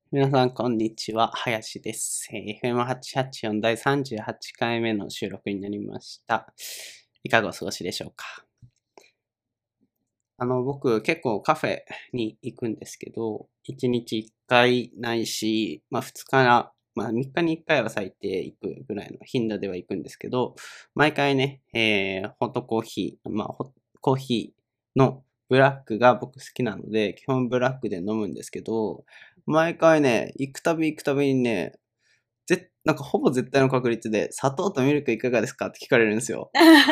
皆さん、こんにちは。林です。FM884 第38回目の収録になりました。いかがお過ごしでしょうか。僕、結構カフェに行くんですけど、1日1回ないし、2日3日に1回は最低行くぐらいの頻度では行くんですけど、毎回ね、ホットコーヒー、コーヒーのブラックが僕好きなので、基本ブラックで飲むんですけど、毎回ね、行くたびにね、なんかほぼ絶対の確率で、砂糖とミルクいかがですかって聞かれるんですよ。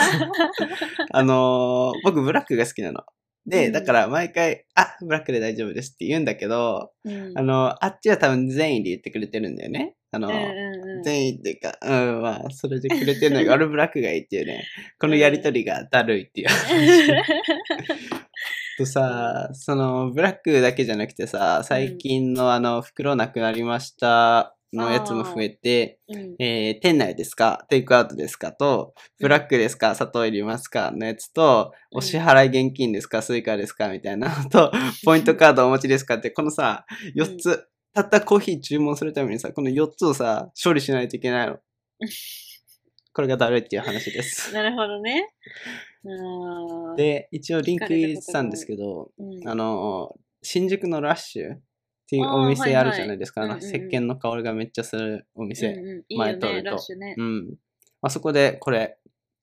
僕ブラックが好きなの。で、だから毎回、ブラックで大丈夫ですって言うんだけど、あっちは多分善意で言ってくれてるんだよね。善意っていうか、それでくれてるのが、俺ブラックがいいっていうね、このやりとりがだるいっていう話。とさ、ブラックだけじゃなくてさ、最近の袋なくなりましたのやつも増えて、店内ですかテイクアウトですかと、ブラックですか砂糖いりますかのやつと、お支払い現金ですかスイカですかみたいなのと、ポイントカードお持ちですかって、このさ、4つ、たったコーヒー注文するためにさ、この4つをさ、処理しないといけないの。これがだるいっていう話です。 なるほどね。 で、一応リンク入れてたんですけど、新宿のラッシュっていうお店あるじゃないですか。石鹸の香りがめっちゃするお店、前通ると。あそこでこれ、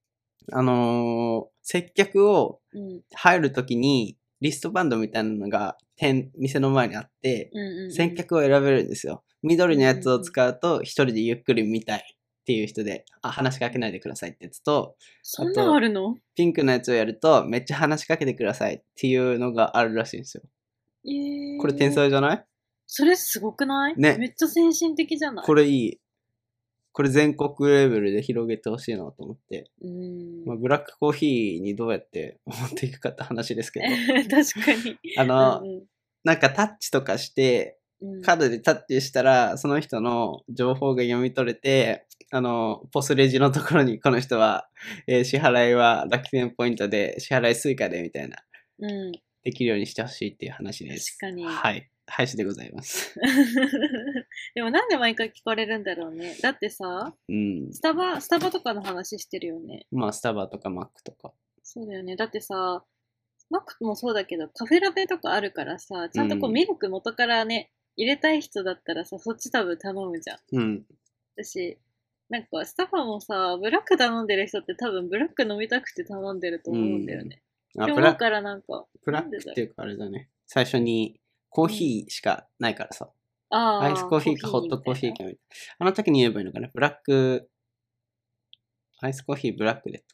接客を入るときにリストバンドみたいなのが店の前にあって、接客を選べるんですよ。緑のやつを使うと一人でゆっくり見たいっていう人で、話しかけないでくださいってやつと、 そんなあるの？ ピンクのやつをやるとめっちゃ話しかけてくださいっていうのがあるらしいんですよ。これ天才じゃない？ それすごくない？ ね。 めっちゃ先進的じゃない？ これいい。これ全国レベルで広げてほしいなと思って。ブラックコーヒーにどうやって持っていくかって話ですけど。 確かに。 なんかタッチとかして、カードでタッチしたら、その人の情報が読み取れて、ポスレジのところにこの人は、支払いは楽天ポイントで、支払いスイカでみたいな、できるようにしてほしいっていう話です。 確かに。 はい。林でございます。 でもなんで毎回聞かれるんだろうね。だってさ、スタバとかの話してるよね。 スタバとかマックとか。 そうだよね。だってさ、マックもそうだけど、カフェラテとかあるからさ、ちゃんとこうミルク元からね、入れたい人だったらさ、そっち多分頼むじゃん。私、なんかスタバもさ、ブラック頼んでる人って多分ブラック飲みたくて頼んでると思うんだよね。今日からなんか。 ブラックっていうかあれだね。最初にコーヒーしかないからさ。アイスコーヒーかホットコーヒーかみたいな。あの時に言えばいいのかな。ブラック、アイスコーヒーブラックでって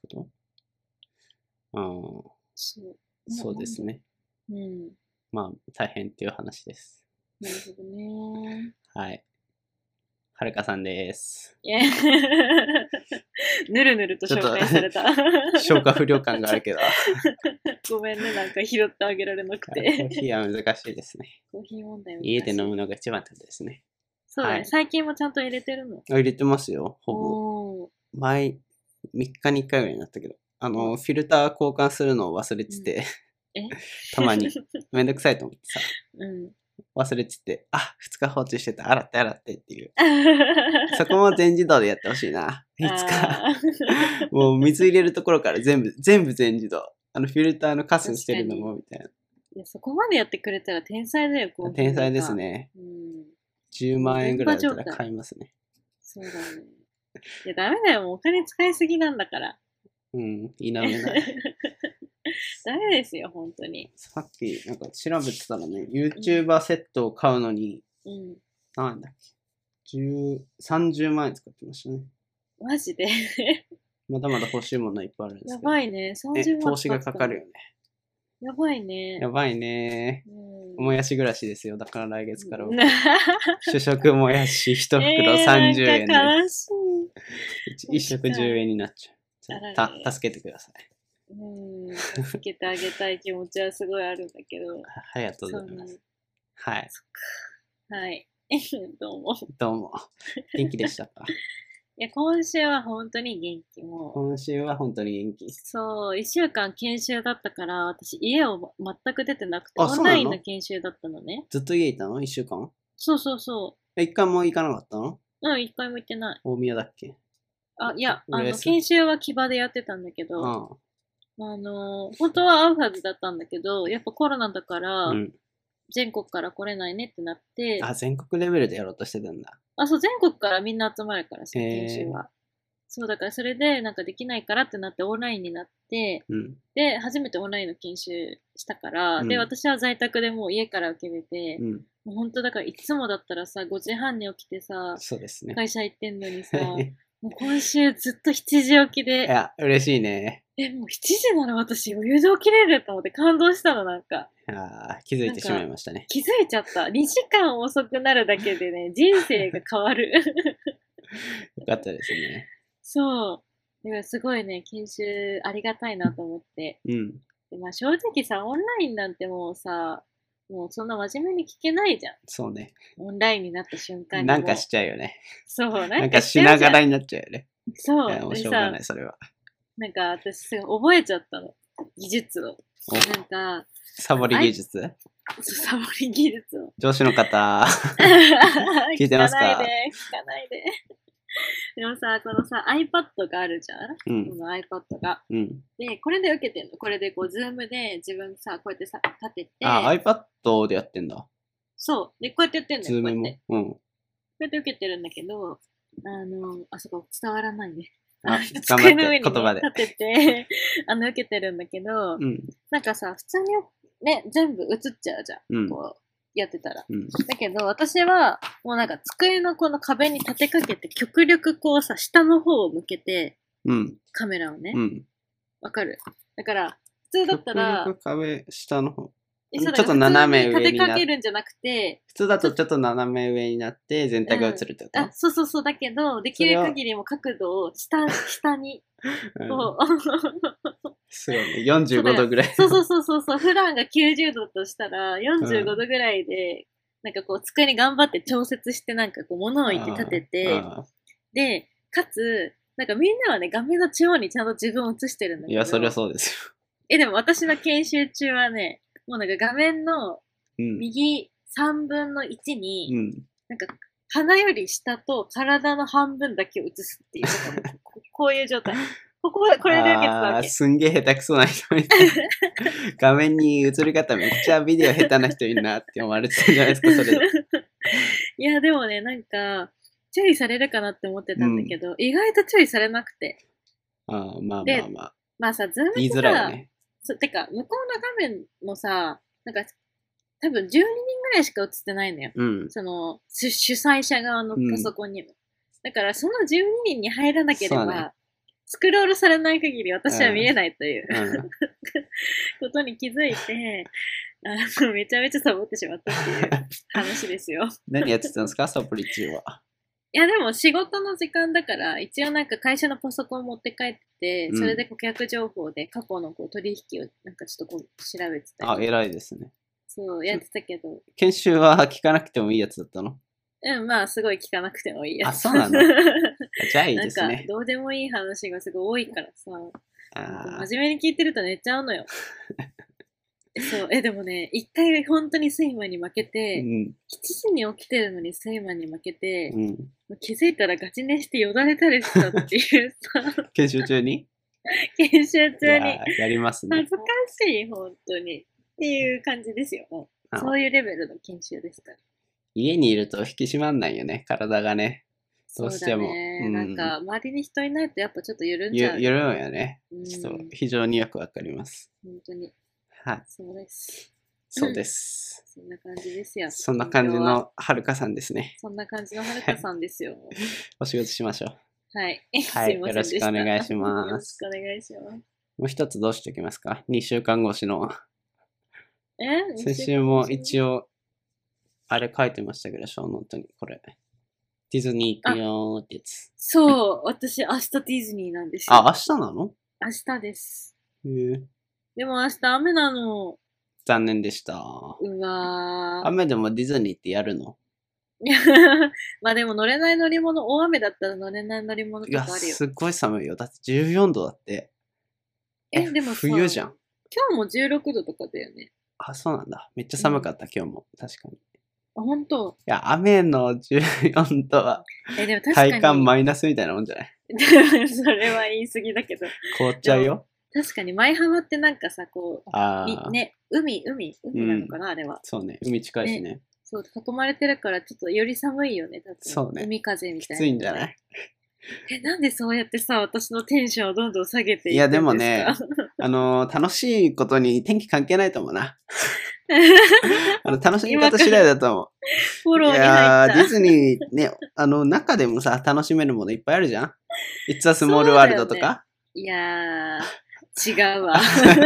ことそうですね。大変っていう話です。 なるほどね。 はい。はるかさんです。 ぬるぬると紹介された。 消化不良感があるけど。 ごめんね、なんか拾ってあげられなくて。 コーヒーは難しいですね。 コーヒー問題家で飲むのが一番ってことですね。 そうだね。最近もちゃんと入れてるの？ 入れてますよ、ほぼ。3日に1回ぐらいになったけど。フィルター交換するのを忘れてて。たまに。めんどくさいと思ってさ。忘れてて、2日放置してた、洗ってっていう。そこも全自動でやってほしいな。いつか。もう水入れるところから全部全自動。フィルターのカスしてるのもみたいな。 いや、そこまでやってくれたら天才だよ、 天才ですね。10万円ぐらいだったら買いますね。 そうだね。いや、ダメだよ、もうお金使いすぎなんだから。 否めない。 ダメですよ、本当に。 さっき、なんか調べてたらね、YouTuber セットを買うのに、なんだっけ、30万円使ってましたね。 マジでまだまだ欲しいものいっぱいあるんですけど。 やばいね、30万投資がかかるよね。 やばいね。 やばいね。もやし暮らしですよ。だから来月から主食もやし1袋30円で。 悲しい。1食10円になっちゃう。助けてください。 助けてあげたい気持ちはすごいあるんだけど。 ありがとうございます。はい。 はい。どうも。 どうも。元気でしたか？ いや、今週は本当に元気も。 今週は本当に元気。 そう、1週間研修だったから、私家を全く出てなくて、オンラインの研修だったのね。 ずっと家いたの？ 1 週間？ そうそうそ一回も行かなかったの？ う。うん、一回も行ってない。 大宮だっけ？ あ、いや、研修は木場でやってたんだけど、本当は会うはずだったんだけど、やっぱコロナだかうら、 ん。 全国から来れないねってなって、 あ、全国レベルでやろうとしてたんだ。 そう、全国からみんな集まるからさ、研修へは。そう、だからそれで、なんかできないからってなってオンラインになって、 うん。 で、初めてオンラインの研修したから、で、 うん。 私は在宅でもう家から受けれて、 うん。 もう本当だからいつもだったらさ、5時半に起きてさ、 そうですね。 会社行ってんのにさ、もう今週ずっと7時起きいで、 や、嬉しいね。 もう7時なら私余裕で起きれると思って感動したの、なんか。 気づいてしまいましたね。 気づいちゃった。2時間遅くなるだけでね、人生が変わる。 よかったですね。 そう。だからすごいね、研修ありがたいなと思って。 うん。 で、まあ正直さ、オンラインなんてもうさ、もうそんな真面目に聞けないじゃん。 そうね。 オンラインになった瞬間になんかしちゃうよね。 そう、 なんかしながらになっちゃうよね。 そう。 もうしょうがない、それは。 なんか私すごい覚えちゃったの。技術を。なんか、 サボり技術？ サボり技術を。 上司の方、聞いてますか？ 聞かないで。でもさ、このさ、iPad があるじゃん、この iPad が。で、これで受けてんの。これでこう、ズームで自分さ、こうやってさ、立てて。 iPad でやってんだ。 そう。で、こうやってやってんのよ。 ズームも。 こうやって受けてるんだけど、そこ伝わらないね。 机の上に、立てて、受けてるんだけど、なんかさ、普通にね、全部映っちゃうじゃん。こう、やってたら。だけど、私は、もうなんか机のこの壁に立てかけて、極力こうさ、下の方を向けて、カメラをね。わかる？だから、普通だったら、 極力壁下の方。ちょっと斜め上に立てかけるんじゃなくて、 普通だとちょっと斜め上になって全体が映るってこと？ そう。だけど、できる限りも角度を下に、 そうね、45度ぐらい。 そう。普段が90度としたら、45度ぐらいで、なんかこう、机に頑張って調節して、なんかこう、物を置いて立てて、で、かつ、なんかみんなはね、画面の中央にちゃんと自分を映してるんだけど。 いや、そりゃそうですよ。でも私の研修中はね、もうなんか画面の右3分の1に、なんか鼻より下と体の半分だけを映すっていう、こういう状態。これで受けてたわけ。 すんげえ下手くそな人みたいな。画面に映り方めっちゃビデオ下手な人いるなって思われてたんじゃないですか、それで。 いや、でもね、なんか、注意されるかなって思ってたんだけど、意外と注意されなくて。 まあ。 まあさ、ズームってさ、 言いづらいよね。 てか、向こうの画面もさ、なんか、多分12人ぐらいしか映ってないのよ。その、主催者側のパソコンにも。だから、その12人に入らなければ、スクロールされない限り私は見えないという、ことに気づいて、めちゃめちゃサボってしまったっていう話ですよ。 何やってたんですか、サプリ中は。 いや、でも仕事の時間だから、一応なんか会社のパソコン持って帰って、それで顧客情報で過去のこう取引をなんかちょっとこう調べてたり。 偉いですね。 そう、やってたけど。 研修は聞かなくてもいいやつだったの？ まあ、すごい聞かなくてもいいやつ。 そうなの？じゃあいいですね。 なんか、どうでもいい話がすごい多いからさ、真面目に聞いてると寝ちゃうのよ。そう、でもね、一回本当に睡魔に負けて、7時に起きてるのに睡魔に負けて、気づいたらガチ寝してよだれたりしたっていうさ。 研修中に？ 研修中に。 やりますね。 恥ずかしい、本当に。っていう感じですよ。そういうレベルの研修ですから。 家にいると引き締まんないよね、体がね。どうしても。 なんか、周りに人いないとやっぱちょっと緩んじゃう。 緩むよね。ちょっと非常によくわかります。 本当に。 はい。 そうです。 そうです。 そんな感じですよ。 そんな感じのはるかさんですね。 そんな感じのはるかさんですよ。 お仕事しましょう。 はい。 はい。よろしくお願いします。 よろしくお願いします。 もう一つどうしておきますか？ 2 週間越しの。先週週も一応、あれ書いてましたけど、ショーノートに、これ。ディズニー行くよーってやつ。 そう、私明日ディズニーなんですよ。 明日なの？ 明日です。 へえ。 でも明日雨なの。 残念でした。 うわー。 雨でもディズニーってやるの？ まあでも乗れない乗り物、大雨だったら乗れない乗り物とかあるよ。 すっごい寒いよ。だって14度だって。 でも冬じゃん。 今日も16度とかだよね。 そうなんだ。めっちゃ寒かった、今日も。確かに。 本当？ いや、雨の14度は、 でも確かに体感マイナスみたいなもんじゃない？ それは言い過ぎだけど。 凍っちゃうよ。 確かに舞浜ってなんかさ、こう、ね、海なのかな、あれは。 そうね、海近いしね。 そう、囲まれてるからちょっとより寒いよね、多分。 そうね。 海風みたいな。 きついんじゃない？ なんでそうやってさ、私のテンションをどんどん下げていくんですか？いや、でもね、楽しいことに天気関係ないと思うな。楽しみ方次第だと思う。 フォローに入った。 いやディズニーね、中でもさ、楽しめるものいっぱいあるじゃん。It's a Small World とか。 いやー、違うわ。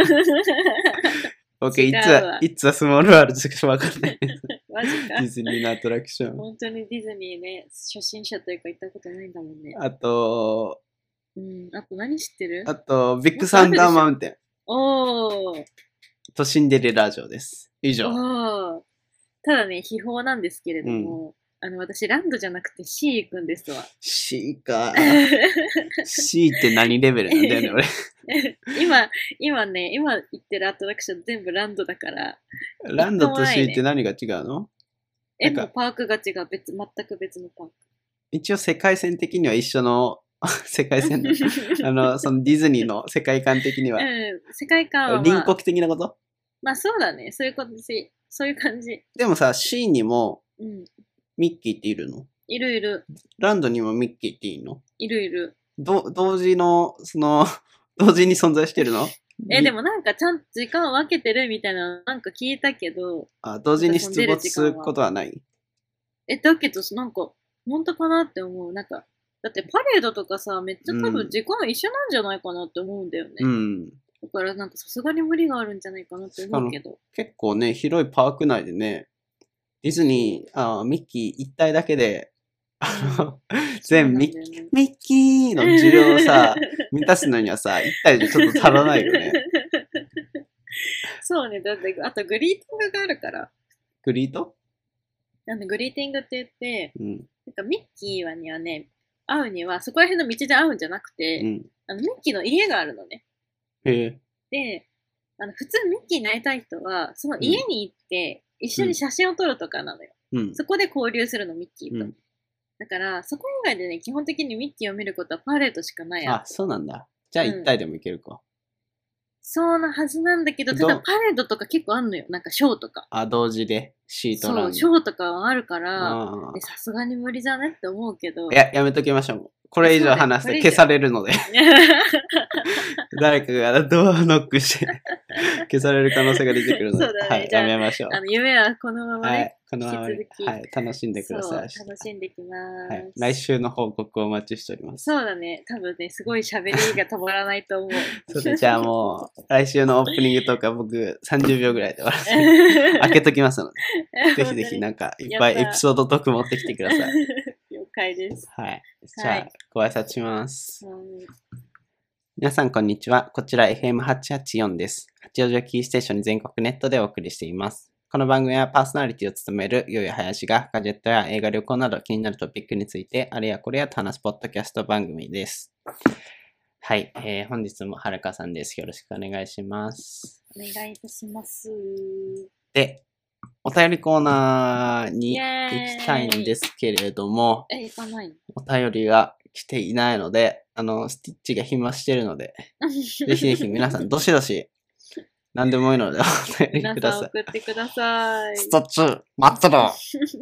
OK, It's a Small World しかわかんない。 マジか。 ディズニーのアトラクション。 本当にディズニーね、初心者というか行ったことないんだもんね。 あと何知ってる？ ビッグサンダーマウンテン。 おー。 とシンデレラ城です。以上。 ただね、秘宝なんですけれども、私、ランドじゃなくて C 行くんですわ。 C か。C って何レベルなんだよね、俺。 今行ってるアトラクション全部ランドだから。 ランドと C って何が違うの？ もうパークが違う。全く別のパーク。 一応世界線的には一緒の、世界線の、そのディズニーの世界観的には。 世界観は、 隣国的なこと？ まあそうだね。そういうことし、そういう感じ。 でもさ、C にも、ミッキーっているの？ いる。 ランドにもミッキーっているの？ いる。 同時の、同時に存在してるの？ でもなんかちゃんと時間を分けてるみたいなのなんか聞いたけど。 同時に出没することはない？ だけどなんか、本当かなって思う。なんか、だってパレードとかさ、めっちゃ多分時間一緒なんじゃないかなって思うんだよね。だからなんかさすがに無理があるんじゃないかなって思うけど。 結構ね、広いパーク内でね、ディズニー、ミッキー一体だけで、全ミッキーの需要をさ、満たすのにはさ、一体でちょっと足らないよね。 そうね、だって、あとグリーティングがあるから。 グリート？ グリーティングって言って、なんかミッキーにはね、会うには、そこら辺の道で会うんじゃなくて、ミッキーの家があるのね。で、普通ミッキーに会いたい人は、その家に行って、一緒に写真を撮るとかなのよ。そこで交流するの、ミッキーと。だから、そこ以外でね、基本的にミッキーを見ることはパレードしかないやつ。 そうなんだ。じゃあ一体でもいけるか。 そうなはずなんだけど、ただパレードとか結構あんのよ。なんかショーとか。 同時でシートランド。 そう、ショーとかはあるから、さすがに無理じゃねって思うけど。 やめときましょう。これ以上話して消されるので。誰かがドアノックして消される可能性が出てくるので、はい、やめましょう。 夢はこのままね、 このまま、楽しんでください。 楽しんできます。 来週の報告をお待ちしております。 そうだね。多分ね、すごい喋りが止まらないと思う。 じゃあもう、来週のオープニングとか僕30秒ぐらいで終わらせて、開けときますので、ぜひぜひなんかいっぱいエピソードトーク持ってきてください。 了解です。 はい。じゃあ、ご挨拶します。皆さん、こんにちは。こちら FM884 です。八王子をキーステーションに全国ネットでお送りしています。この番組はパーソナリティを務めるよやはやしがガジェットや映画旅行など気になるトピックについてあれやこれやと話すポッドキャスト番組です。はい。本日もはるかさんです。よろしくお願いします。 お願いいたします。 で、お便りコーナーに行きたいんですけれども、 行かないの？ お便りが来ていないので、スティッチが暇してるので、ぜひぜひ皆さんどしどし、何でもいいのでお便りください。 皆さん送ってください。 ストッチ、待ってろ。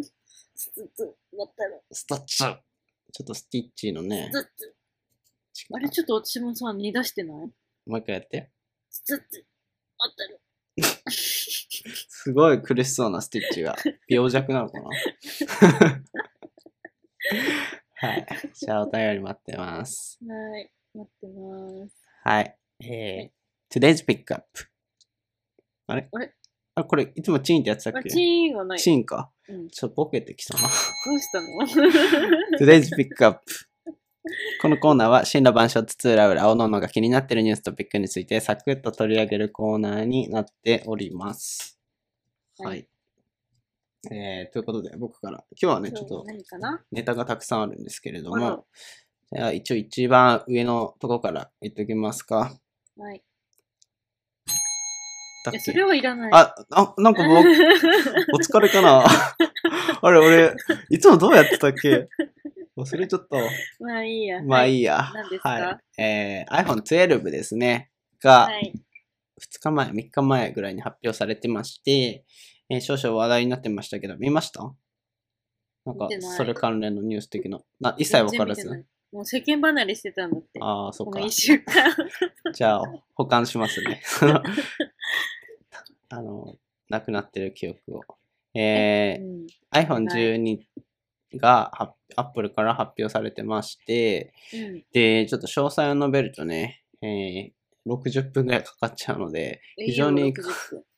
ストッチ。ちょっとスティッチのね。 あれ、ちょっと私もさ、煮出してない？もう一回やって。 ストッチ、待ってろ。 すごい苦しそうなスティッチが病弱なのかな。はい。じゃあお便り待ってます。 はい。待ってます。 はい。Today's Pickup。あれこれいつもチーンってやつだっけ？ チーンはない。 チーンか。ちょっとボケてきたな。 どうしたの？ Today's Pickup。このコーナーは、神羅万象津々浦々、おのおのが気になっているニューストピックについてサクッと取り上げるコーナーになっております。はい。ということで、僕から、今日はね、ちょっとネタがたくさんあるんですけれども、じゃあ一応一番上のとこから言っておきますか。 はい。 だっけ？ それはいらない。 なんか僕、お疲れかなあれ、俺、いつもどうやってたっけ？忘れちゃった。 まあいいや。 まあいいや。 何ですか？ はい。iPhone 12ですね。が、 はい、 2日前、3日前ぐらいに発表されてまして、少々話題になってましたけど、見ました？なんか、それ関連のニュース的な。一切わからず。 もう世間離れしてたんだって。 ああ、そっか。 この1週間。 じゃあ、保管しますね。なくなってる記憶を。iPhone 12がApple から発表されてまして、で、ちょっと詳細を述べるとね、60分ぐらいかかっちゃうので、非常に語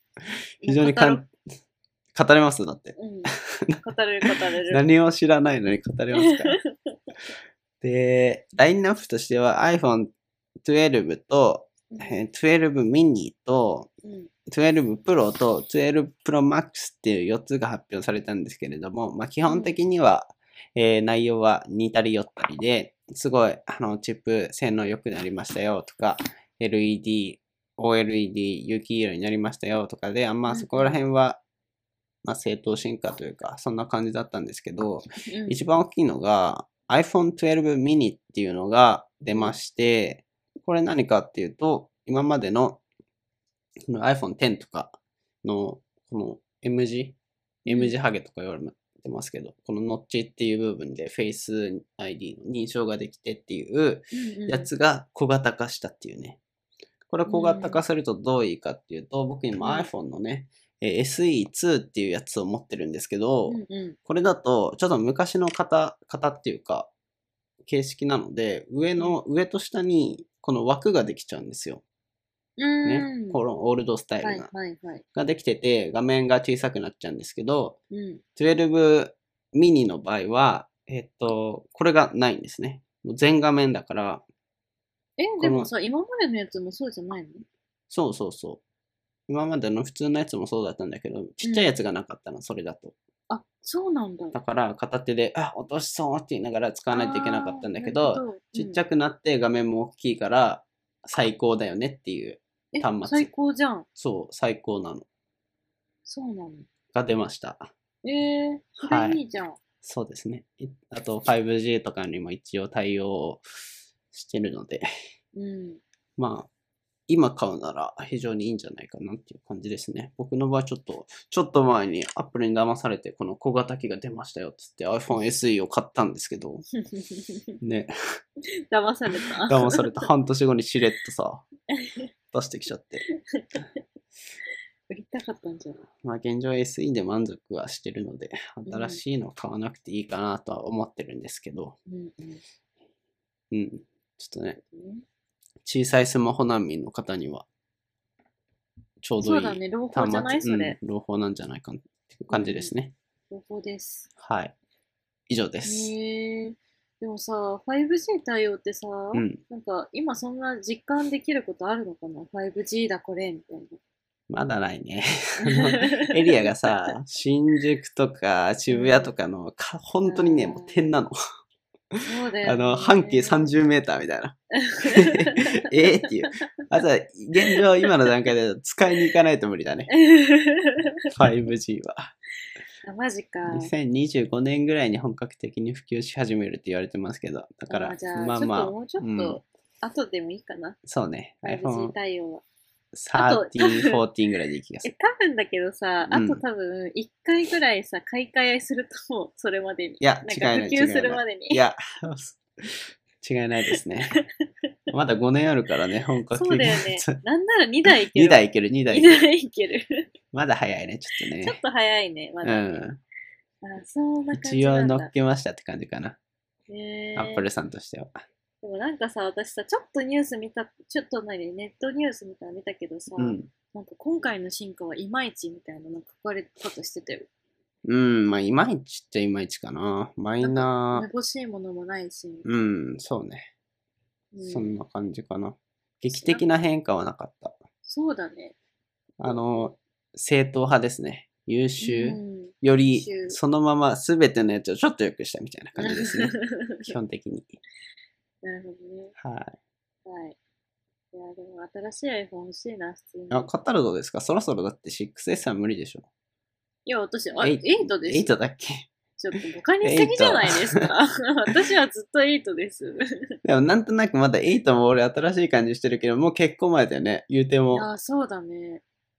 れますだって。 語れる。 何も知らないのに語れますから。で、ラインナップとしては iPhone 12と、12 mini と、12 Pro と12 Pro Max っていう4つが発表されたんですけれども、まあ基本的には、内容は似たり寄ったりで、すごい、チップ性能良くなりましたよとか、LED、OLED 有機色になりましたよとかで、まあそこら辺は、まあ正当進化というか、そんな感じだったんですけど、一番大きいのが iPhone 12 mini っていうのが出まして、これ何かっていうと、今までのiPhone X とかのこの M 字ハゲとか言われてますけど、このノッチっていう部分で Face ID の認証ができてっていうやつが小型化したっていうね。これ小型化するとどういいかっていうと、僕今 iPhone のね、SE2 っていうやつを持ってるんですけど、これだとちょっと昔の型っていうか、形式なので、上と下にこの枠ができちゃうんですよ。ね、このオールドスタイルができてて、画面が小さくなっちゃうんですけど、12ミニの場合は、これがないんですね。全画面だから。 でもさ、今までのやつもそうじゃないの？ そう。今までの普通のやつもそうだったんだけど、ちっちゃいやつがなかったの、それだと。 そうなんだ。 だから、片手で、落としそうって言いながら使わないといけなかったんだけど、ちっちゃくなって画面も大きいから、最高だよねっていう端末。 最高じゃん。 そう、最高なの。 そうなの。 が出ました。 それいいじゃん。 そうですね。あと 5G とかにも一応対応してるので、まあ、今買うなら非常にいいんじゃないかなっていう感じですね。僕の場合ちょっと前に Apple に騙されてこの小型機が出ましたよっつって iPhone SE を買ったんですけど、ね。 騙された。 騙された。半年後にしれっとさ、出してきちゃって。 売りたかったんじゃない？ まあ現状 SE で満足はしてるので、新しいの買わなくていいかなとは思ってるんですけど、ちょっとね、小さいスマホ難民の方には、ちょうどいい。 そうだね、朗報じゃないそれ。 朗報なんじゃないかっていう感じですね。 朗報です。 はい。以上です。 でもさ、5G 対応ってさ、なんか今そんな実感できることあるのかな？ 5G だこれみたいな。 まだないね。エリアがさ、新宿とか渋谷とかの、本当にね、もう点なの。 そうだよね。 半径30メーターみたいな。っていう。現状今の段階で使いに行かないと無理だね。5G は。 マジか。 2025年ぐらいに本格的に普及し始めるって言われてますけど、だから、 まあもうちょっと、後でもいいかな。 そうね。 5G 対応は。 13、14ぐらいでいい気がする。 多分だけどさ、あと多分1回ぐらいさ、買い替えすると思う、それまでに。 いや、違いない。 普及するまでに。 いや、違いないですね。まだ5年あるからね、本格的に。 そうだよね。なんなら2台いける。 2台いける、2台いける。 まだ早いね、ちょっとね。 ちょっと早いね、まだ。そんな感じ一応乗っけましたって感じかな。アップルさんとしては。 でもなんかさ、私さ、ちょっとニュース見た、ちょっとネットニュースみたいなの見たけどさ、なんか今回の進化はいまいちみたいなの書かれ方してたよ。 まあいまいちっちゃいまいちかな。マイナー。 めぼしいものもないし。 そうね。そんな感じかな。劇的な変化はなかった。 そうだね。 正統派ですね。優秀。より、そのまま全てのやつをちょっと良くしたみたいな感じですね。基本的に。 なるほどね。 はい。 いや、でも新しい iPhone 欲しいな、普通に。 買ったらどうですか？そろそろだって 6S は無理でしょ。 いや、私、 8 8です。 8だっけ？ ちょっとバカにしすぎじゃないですか。私はずっと8です。 でもなんとなくまだ8も俺新しい感じしてるけど、もう結構前だよね。言うていも。 や、そうだね。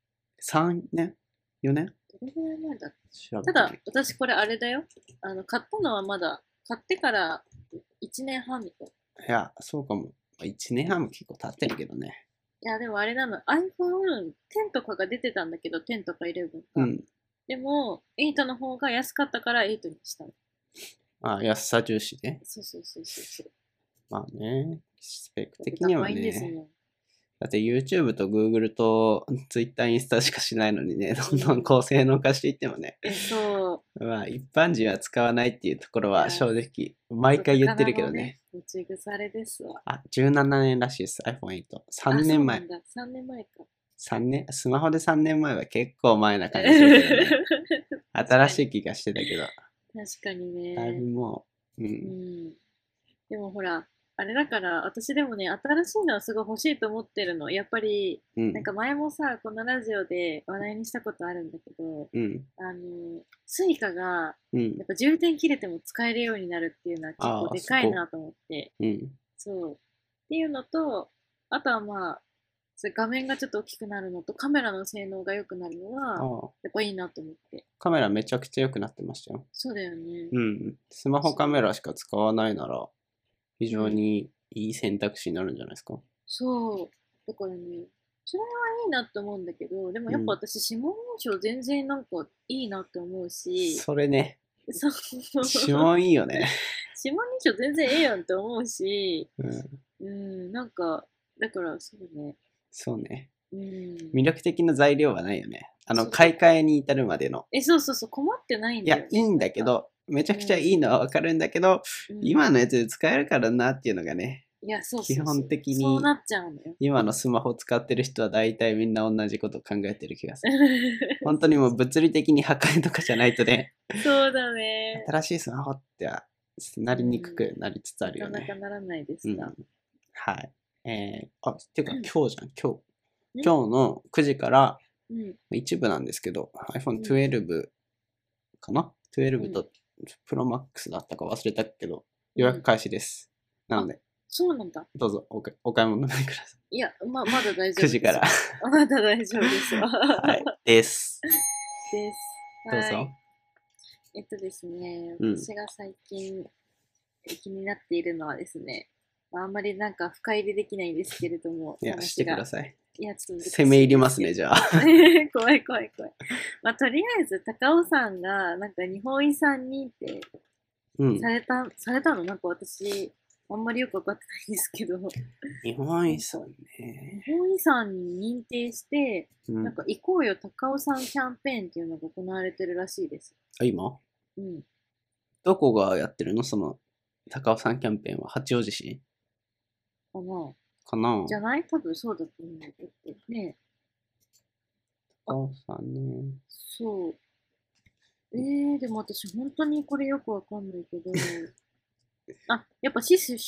3年 ?4 年どれぐらい前だっけ？ 調べただ、 てみる。 私これあれだよ。買ったのはまだ、買ってから1年半みたい。 いや、そうかも。1年半も結構経ってるけどね。 いや、でもあれなの。iPhone X とかが出てたんだけど、10とか11が。 うん。 でも、8の方が安かったから8にしたの。 安さ重視ね。 そうそうそうそう。 まあね。スペック的には高いんですね。 もん。 だって YouTube と Google と Twitter、インスタしかしないのにね、どんどん高性能化していってもね。 そう。 まあ一般人は使わないっていうところは正直、毎回言ってるけどね。 持ち腐れですわ。 17年らしいです。iPhone8。3年前。 そうなんだ。3年前か。 3年スマホで3年前は結構前な感じするけどね。新しい気がしてたけど。 確かにね。 だいぶもう、 でもほら、あれだから、私でもね、新しいのはすごい欲しいと思ってるの。やっぱり、なんか前もさ、このラジオで話題にしたことあるんだけど、スイカが、やっぱ充電切れても使えるようになるっていうのは結構でかいなと思って。そう。っていうのと、あとはまあ、それ画面がちょっと大きくなるのと、カメラの性能が良くなるのは、やっぱいいなと思って。 カメラめちゃくちゃ良くなってましたよ。 そうだよね。 スマホカメラしか使わないなら、非常にいい選択肢になるんじゃないですか。 そう。だからね、それはいいなって思うんだけど、でもやっぱ私、指紋認証全然なんかいいなって思うし、 それね。 そう。 指紋いいよね。 指紋認証全然ええやんって思うし、なんか、だからそうね。 そうね。魅力的な材料はないよね。買い替えに至るまでの。 そうそうそう、困ってないんだよ。 いや、いいんだけど、めちゃくちゃいいのはわかるんだけど、今のやつで使えるからなっていうのがね。 いや、そう基本的に、 そうなっちゃうのよ。 今のスマホ使ってる人は大体みんな同じことを考えてる気がする。本当にもう物理的に破壊とかじゃないとね。 そうだね。 新しいスマホってなりにくくなりつつあるよね。 なかなかならないですが。 はい。ていうか今日じゃん、今日の9時から、一部なんですけど、iPhone 12かな？ 12 と Pro Max だったか忘れたけど、予約開始です。なので、 そうなんだ。 どうぞお買い物してください。いや、まだ大丈夫です。9 時から。 まだ大丈夫ですわ。 はい。です。 です。 どうぞ。 ですね、私が最近気になっているのはですね、あんまりなんか深入りできないんですけれども、 いや、してください。 いや、ちょっと攻め入りますね、じゃあ。 怖い。まあ、とりあえず、高尾山が、なんか日本遺産認定されたのなんか私、あんまりよくわかってないんですけど。 日本遺産ね。 日本遺産に認定して、なんか行こうよ高尾山キャンペーンっていうのが行われてるらしいです。 今？どこがやってるの？その、高尾山キャンペーンは八王子市かなじゃない？多分そうだと思うんだけどね。 高尾山ね。 そう。でも私本当にこれよくわかんないけど。やっぱ市主催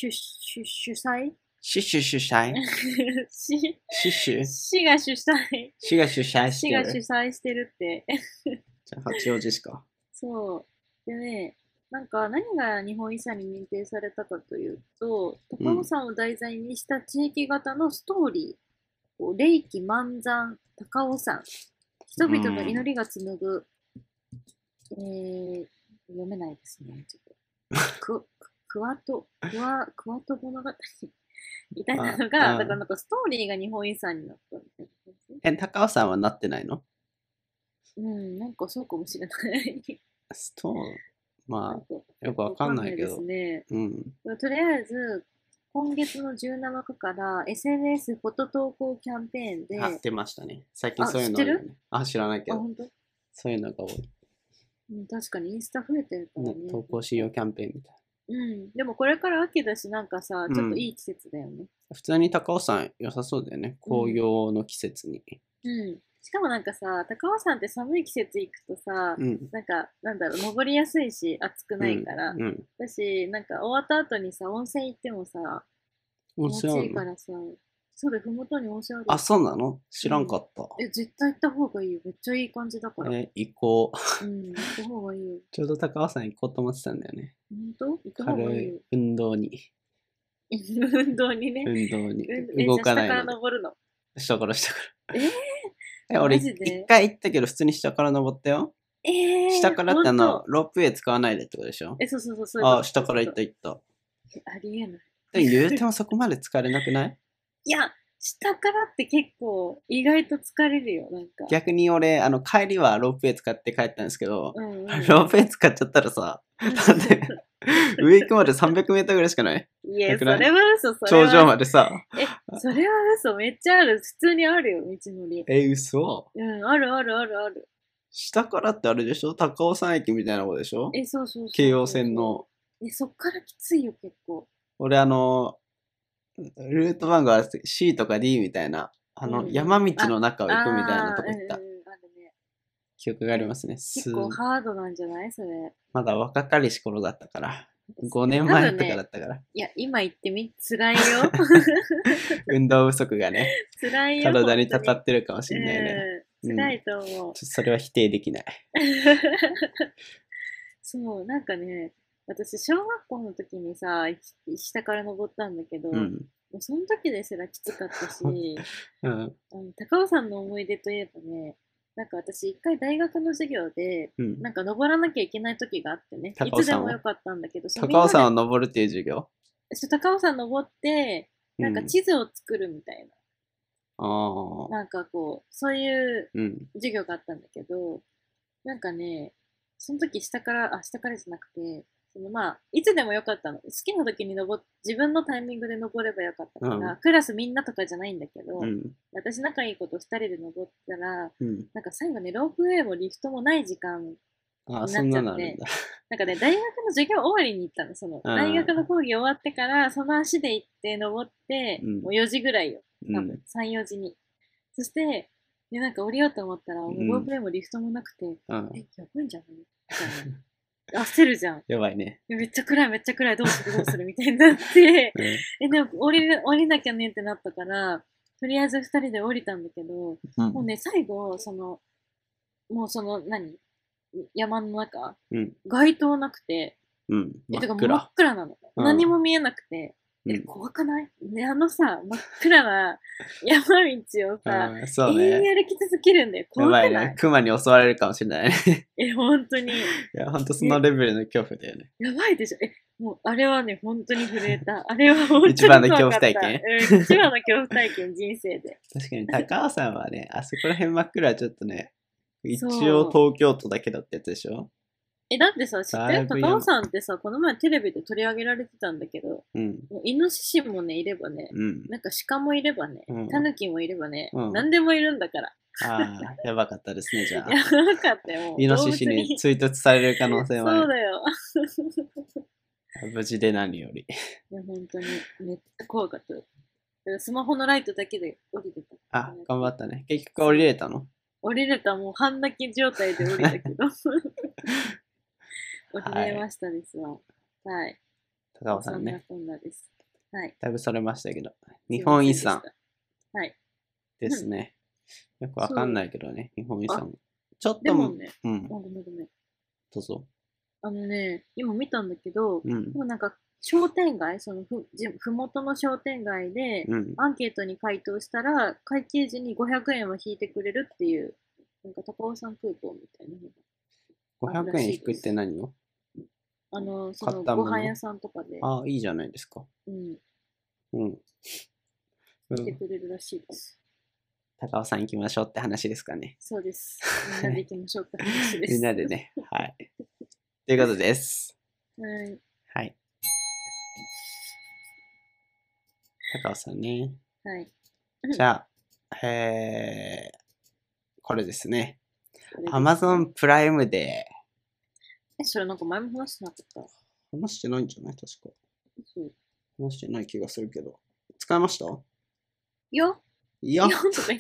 市主催市が主催。 市が主催してる。 市が主催してるって。 じゃあ八王子市か。 そう。でね、なんか何が日本遺産に認定されたかというと、高尾山を題材にした地域型のストーリー、霊気万山高尾山、人々の祈りが紡ぐ、読めないですね。ちょっとクワト物語みたいなのが、だからなんかストーリーが日本遺産になったみたいな。高尾山はなってないの？ なんかそうかもしれない。 まあ、よくわかんないけど。 とりあえず、今月の17日から SNS フォト投稿キャンペーンで。 出ましたね。最近そういうの多いよね。知らないけど。 本当？ そういうのが多い。 確かにインスタ増えてるからね。 投稿しようキャンペーンみたいな。でもこれから秋だし、なんかさ、ちょっといい季節だよね。 普通に高尾山良さそうだよね。紅葉の季節に。 しかもなんかさ、高尾山って寒い季節行くとさ、なんか、登りやすいし、暑くないから。だし、なんか終わった後にさ、温泉行ってもさ、気持ちいいからさ、 そうだよ、ふもとに温泉ある。 あ、そうなの？知らんかった。 絶対行った方がいいよ。めっちゃいい感じだから。 行こう。行った方がいいよ。 ちょうど高尾山行こうと思ってたんだよね。 本当？行った方がいいよ。 運動に。 運動にね。 運動に。動かないの。 下から登るの。 下から。俺、一回行ったけど、普通に下から登ったよ。下からってロープウェイ使わないでってことでしょ？ そう。 あ、下から行った。 ありえない。 言うてもそこまで疲れなくない？ いや、下からって結構意外と疲れるよ、なんか。 逆に俺、帰りはロープウェイ使って帰ったんですけど、ロープウェイ使っちゃったらさ、だって上行くまで300メートルぐらいしかない？ いや、それは嘘、 頂上までさ。 それは嘘、めっちゃある。普通にあるよ、道のり。 嘘？ ある。 下からってあれでしょ？高尾山駅みたいなことでしょ？ そう。 京葉線の。 そっからきついよ、結構。 俺ルート番号は C とか D みたいな、山道の中を行くみたいなとこ行った。記憶がありますね。 結構ハードなんじゃないそれ。 まだ若かりし頃だったから。5年前とかだったから。 いや、今言ってみ、辛いよ。 運動不足がね、 辛いよ。 体にたたってるかもしれないね。 辛いと思う。 それは否定できない。 そう、なんかね、私、小学校の時にさ、下から登ったんだけど、もうその時ですらきつかったし、高尾山の思い出といえばね、なんか私一回大学の授業で、なんか登らなきゃいけない時があってね、いつでもよかったんだけど、 高尾山を登るっていう授業？ 高尾山登って、なんか地図を作るみたいな。なんかこう、そういう授業があったんだけど、なんかね、その時下からじゃなくて、いつでもよかったの。好きな時に自分のタイミングで登ればよかったから、クラスみんなとかじゃないんだけど、私仲いい子と2人で登ったら、なんか最後ね、ロープウェイもリフトもない時間になっちゃって、なんかね、大学の授業終わりに行ったの。大学の講義終わってから、その足で行って登って、もう4時ぐらいよ。多分、3、4時に。そして、なんか降りようと思ったら、ロープウェイもリフトもなくて、やばいんじゃないみたいな。焦るじゃん。 やばいね。 めっちゃ暗い、どうするみたいになって、でも降りなきゃねってなったから、とりあえず2人で降りたんだけど、もうね、最後、山の中、街灯なくて、てか真っ暗なの。何も見えなくて、怖くない？ね、真っ暗な山道をさ、永遠に歩き続けるんだよ。怖くない？やばいね。 熊に襲われるかもしれないね。 本当に。 いや、本当そのレベルの恐怖だよね。 やばいでしょ。もう、あれはね、本当に震えた。あれは本当に一番の恐怖体験？ 一番の恐怖体験、人生で。 確かに、高尾山はね、あそこら辺真っ暗はちょっとね、一応東京都だけだってやつでしょ？ だってさ、知ってる？高尾山ってさ、この前テレビで取り上げられてたんだけど、イノシシもね、いればね、なんか鹿もいればね、タヌキもいればね、何でもいるんだから。 やばかったですね、じゃあ。 やばかったよ。 イノシシに追突される可能性は、 そうだよ。 無事で何より。 いや、本当に、めっちゃ怖かった。スマホのライトだけで降りてた。 頑張ったね。結局降りれたの？ 降りれた、もう半泣き状態で降りたけど。降りれましたですわ。はい。 高尾さんね。 そんなです。はい。 だいぶそれましたけど。日本遺産。 はい。 ですね。よくわかんないけどね、日本遺産。ちょっとでもね、 ごめん。 どうぞ。 今見たんだけど、でもなんか、商店街、ふもとの商店街で、アンケートに回答したら、会計時に500円は引いてくれるっていう、なんか高尾山クーポンみたいなのが。500円引くって何を？ ご飯屋さんとかで。 いいじゃないですか。 引いてくれるらしいです。 高尾山行きましょうって話ですかね。 そうです。みんなで行きましょうって話です。 みんなでね。はい。ということです。 はい。 高尾山ね。 はい。 じゃあ、これですね。Amazon プライムデー。 それなんか前も話してなかった？ 話してないんじゃない？確か。話してない気がするけど。使いました？ いや。とか言って。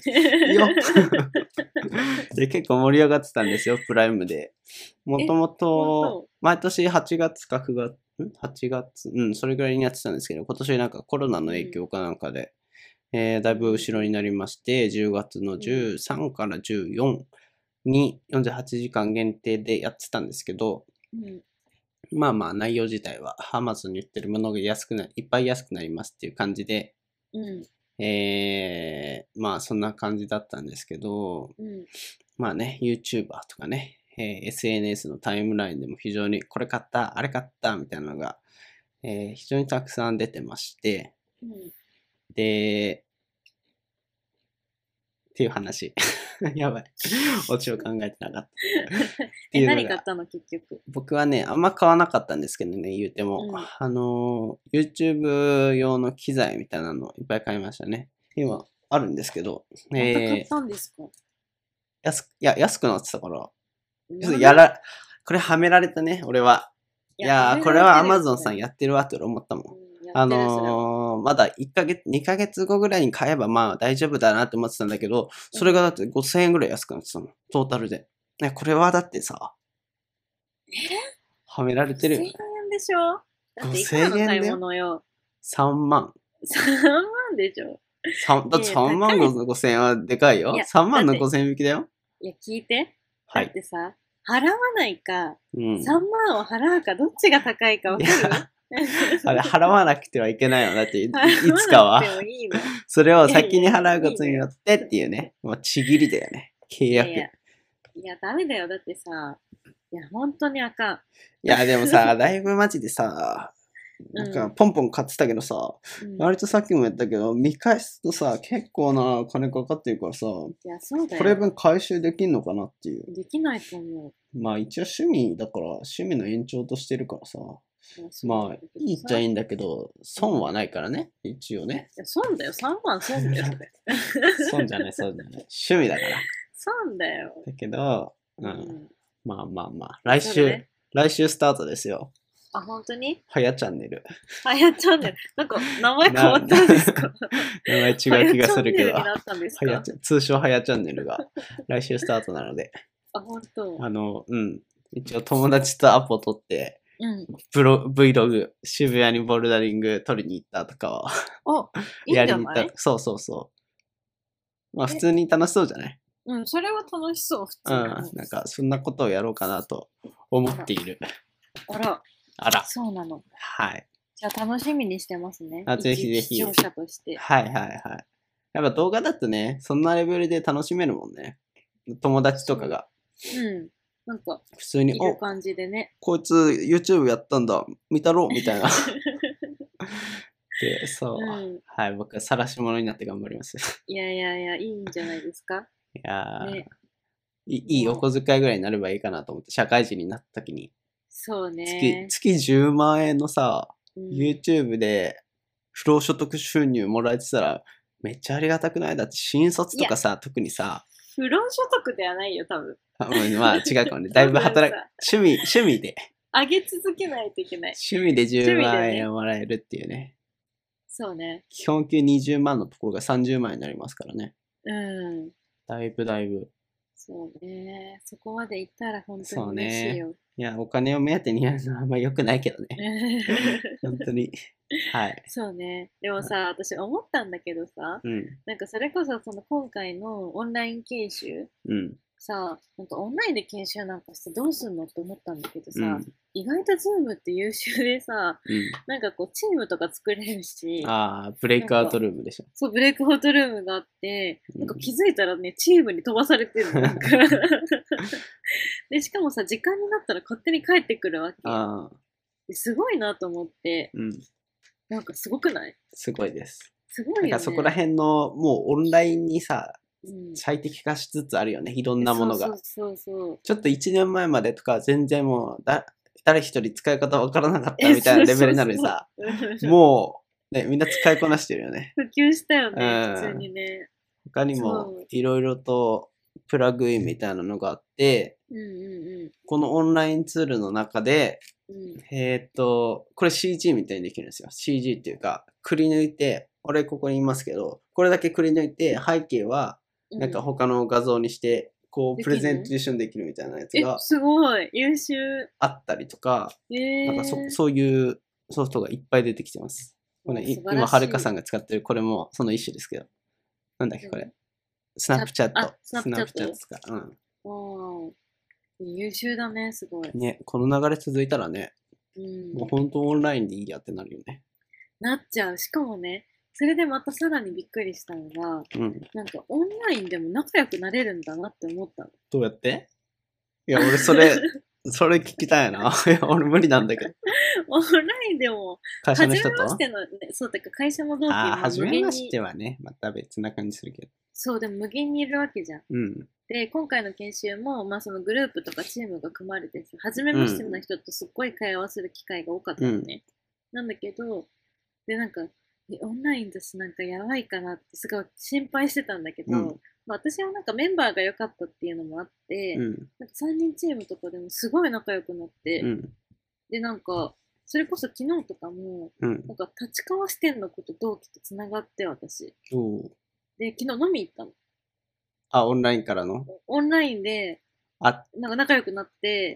で、結構盛り上がってたんですよ、プライムで。もともと、毎年8月か9月、8月、それぐらいにやってたんですけど、今年なんかコロナの影響かなんかで、 だいぶ後ろになりまして、10月の13から14に48時間限定でやってたんですけど、まあまあ内容自体は Amazon に売ってるものがいっぱい安くなりますっていう感じで、まあそんな感じだったんですけど、まあね、YouTuber とかね、SNS のタイムラインでも非常にこれ買った、あれ買ったみたいなのが、非常にたくさん出てまして、で、っていう話。やばい。オチを考えてなかった。 何買ったの結局。 僕はね、あんま買わなかったんですけどね、言うても。YouTube 用の機材みたいなのいっぱい買いましたね。今、あるんですけど。 また買ったんですか？ 安くなってたから。これはめられたね、俺は。これは Amazon さんやってるわって思ったもん。まだ1ヶ月、2ヶ月後ぐらいに買えばまあ大丈夫だなって思ってたんだけど、それがだって5000円ぐらい安くなってたの。トータルで。これはだってさ、はめられてるよね。 5000円でしょ？だっていくらの買い物よ。 3万。 3万でしょ？ だって3万5000円はでかいよ。3万の5000円引きだよ。 いや、聞いて。だってさ、払わないか、3万を払うか、どっちが高いか分かる？ あれ、払わなくてはいけないよ。だって、いつかは。それを先に払うことによってっていうね。もうちぎりだよね。契約。いや、ダメだよ。だってさ、いや、本当にあかん。 いや、でもさ、だいぶマジでさ、なんか、ポンポン買ってたけどさ、割とさっきも言ったけど、見返すとさ、結構な金かかってるからさ、 いや、そうだよ。 これ分回収できんのかなっていう。 できないと思う。 まあ一応趣味だから、趣味の延長としてるからさ、まあ、いいっちゃいいんだけど、損はないからね、一応ね。 いや、損だよ、3万損だよ、それ。 損じゃない、そうじゃない。趣味だから。 損だよ。 だけど、まあまあまあ、来週スタートですよ。 あ、本当に？ はやチャンネル。 はやチャンネル。なんか、名前変わったんですか？ 名前違う気がするけど、通称はやチャンネルが来週スタートなので。 あ、本当。 一応友達とアポ取って、Vlog、渋谷にボルダリング取りに行ったとかをやりに行った。 そうそうそう。まあ普通に楽しそうじゃない？ それは楽しそう、普通に。 なんかそんなことをやろうかなと思っている。 あら。そうなの。 はい。 じゃあ楽しみにしてますね。 ぜひぜひ。 視聴者として。 はいはいはい。やっぱ動画だとね、そんなレベルで楽しめるもんね。友達とかが。 なんか、 普通に、 いる感じでね。 こいつ YouTube やったんだ、見たろみたいな。で、そう。はい、僕は晒し者になって頑張ります。 いや、いいんじゃないですか。 いやいいお小遣いぐらいになればいいかなと思って、社会人になった時に。 そうね。 月10万円のさ、YouTube で不労所得収入もらえてたら、めっちゃありがたくない？だって新卒とかさ、特にさ。 不労所得ではないよ、多分。 まあ違うかもね。だいぶ趣味で。 上げ続けないといけない。 趣味で10万円もらえるっていうね。 そうね。 基本給20万のところが30万になりますからね。だいぶ。 そうね。そこまでいったら本当に嬉しいよ。 いや、お金を目当てにやるのはあんま良くないけどね。本当に。はい。 そうね。でもさ、私思ったんだけどさ、なんかそれこそその今回のオンライン研修、さ、なんかオンラインで研修なんかしてどうすんのって思ったんだけどさ、意外とズームって優秀でさ、なんかこうチームとか作れるし、 ブレイクアウトルームでしょ。 そう、ブレイクアウトルームがあって、なんか気づいたらね、チームに飛ばされてるの。なんかで、しかもさ、時間になったら勝手に帰ってくるわけ。すごいなと思って、なんかすごくない？ すごいです。 すごいよね。 なんかそこら辺のもうオンラインにさ、最適化しつつあるよね、いろんなものが。ちょっと1年前までとか全然もう誰一人使い方わからなかったみたいなレベルなのにさ、もう、ね、みんな使いこなしてるよね。 普及したよね、普通にね。 他にもいろいろとプラグインみたいなのがあって、このオンラインツールの中で、これ CG みたいにできるんですよ。CG っていうか、くり抜いて、俺ここにいますけど、これだけくり抜いて、背景は、なんか他の画像にして、こう、プレゼンテーションできるみたいなやつが。 すごい優秀。 あったりとか、なんかそういうソフトがいっぱい出てきてます。今、はるかさんが使ってるこれもその一種ですけど。 なんだっけこれ。スナップチャット。 スナップチャットですか。うん。 優秀だね、すごい。 ね、この流れ続いたらね、もう本当オンラインでいいやってなるよね。 なっちゃう。しかもね、それでまたさらにびっくりしたのが、なんかオンラインでも仲良くなれるんだなって思ったの。 どうやって？いや、俺それ聞きたいな。いや、俺無理なんだけど。 オンラインでも、 会社の人と？ 初めましての、ね、そう、だから会社の同期初めましてはね、また別な感じするけど。 そう、でも無限にいるわけじゃん。で、今回の研修も、そのグループとかチームが組まれて、初めましての人とすっごい会話する機会が多かったのね。なんだけど、で、なんか、オンラインだしなんかやばいかなってすごい心配してたんだけど、私はなんかメンバーが良かったっていうのもあって、なんか3人チームとかでもすごい仲良くなって、で、なんか、それこそ昨日とかも、なんか立川支店のこと同期とつながって私。で、昨日飲み行ったの。 オンラインからの？ オンラインで、なんか仲良くなって、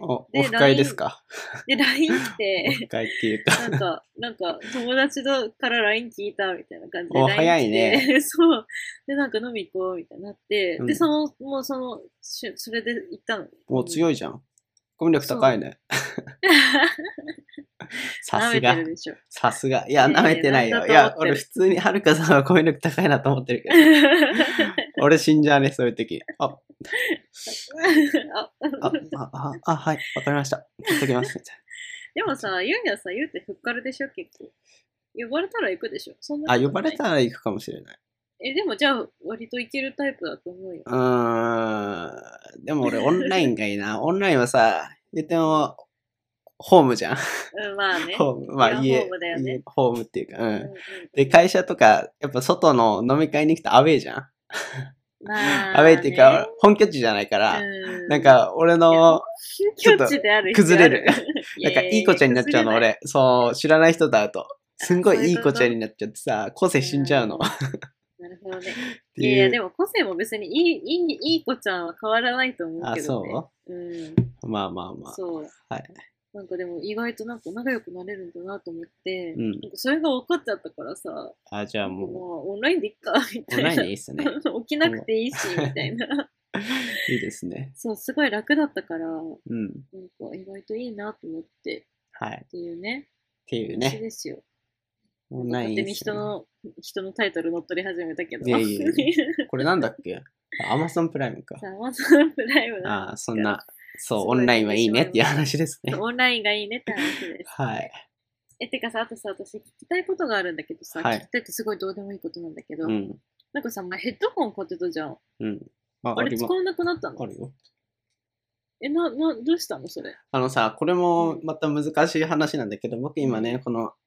オフ会ですか？ で、LINE 来て、 オフ会っていうかなんか友達から LINE 聞いたみたいな感じで。 早いね。 そう。で、なんか飲み行こうみたいになって、で、それで行ったの。 もう強いじゃん。コミュ力高いね。さすが。さすが。いや、舐めてないよ。いや、俺普通にはるかさんはコミュ力高いなと思ってるけど。俺死んじゃうね、そういう時。はい、わかりました。言っときます。 でもさ、言うてふっかるでしょ、結構。呼ばれたら行くでしょ。 呼ばれたら行くかもしれない。 でもじゃあ、割と行けるタイプだと思うよ。 でも俺オンラインがいいな。オンラインはさ、言っても、ホームじゃん。 まあね。 ホーム。まあ家、ホームだよね。 ホームっていうか、で、会社とか、やっぱ外の飲み会に来たアウェイじゃん。アウェイっていうか、本拠地じゃないから、なんか俺の、ちょっと崩れる。なんかいい子ちゃんになっちゃうの、俺。そう、知らない人と会うと。すんごいいい子ちゃんになっちゃってさ、個性死んじゃうの。 なるほどね。いや、でも個性も別にいい子ちゃんは変わらないと思うけどね。 そうまあ。 そう。 はい。 なんかでも意外となんか仲良くなれるんだなと思って、なんかそれが分かっちゃったからさ、 じゃあもう。オンラインでいっか、みたいな。 オンラインでいいっすね。 起きなくていいし、みたいな。 いいですね。 そう、すごい楽だったから、なんか意外といいなと思って。 はい。 っていうね。 っていうね。 ですよ。 オンライン、 勝手に人のタイトル乗っ取り始めたけど。 これなんだっけ？アマゾンプライムか。 アマゾンプライムそんな、そう、オンラインはいいねっていう話ですね。 オンラインがいいねって話です。 はい。 てかさ、あとさ、私聞きたいことがあるんだけどさ、聞きたいってすごいどうでもいいことなんだけど、なんかさ、ヘッドホン買ってたじゃん。あれ使わなくなったの？ あるよ。 どうしたのそれ。 これもまた難しい話なんだけど、僕今ね、この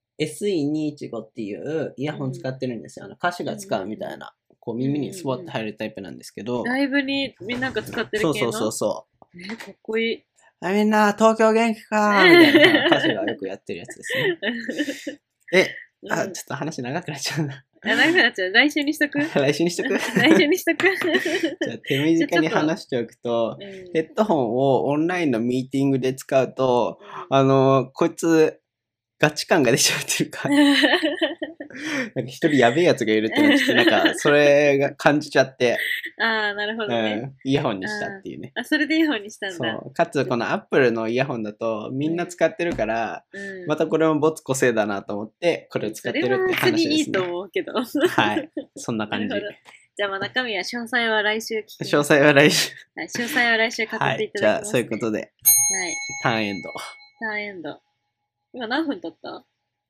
SE215 っていうイヤホン使ってるんですよ。歌手が使うみたいな、こう耳にスポッと入るタイプなんですけど。 ライブにみんなが使ってる系の？ そう。 かっこいい。 みんな、東京元気かーみたいな歌手がよくやってるやつですね。ちょっと話長くなっちゃうな。 長くなっちゃう。来週にしとく？ 来週にしとく？ 来週にしとく？ じゃあ手短に話しておくと、ヘッドホンをオンラインのミーティングで使うと、こいつ、ガチ感が出ちゃうっていうか、なんか一人やべえやつがいるってなっちゃって、なんかそれが感じちゃって、 なるほどね。 イヤホンにしたっていうね。 それでイヤホンにしたんだ。 そう。かつ、このアップルのイヤホンだとみんな使ってるから、またこれも没個性だなと思って、これを使ってるって話ですね。 それは別にいいと思うけど。 はい。そんな感じ。 じゃあ中身は詳細は来週聞きます。 詳細は来週。 はい、詳細は来週語っていただきます、ね。 じゃあ、そういうことで。はい。ターンエンド。 ターンエンド。今何分経った？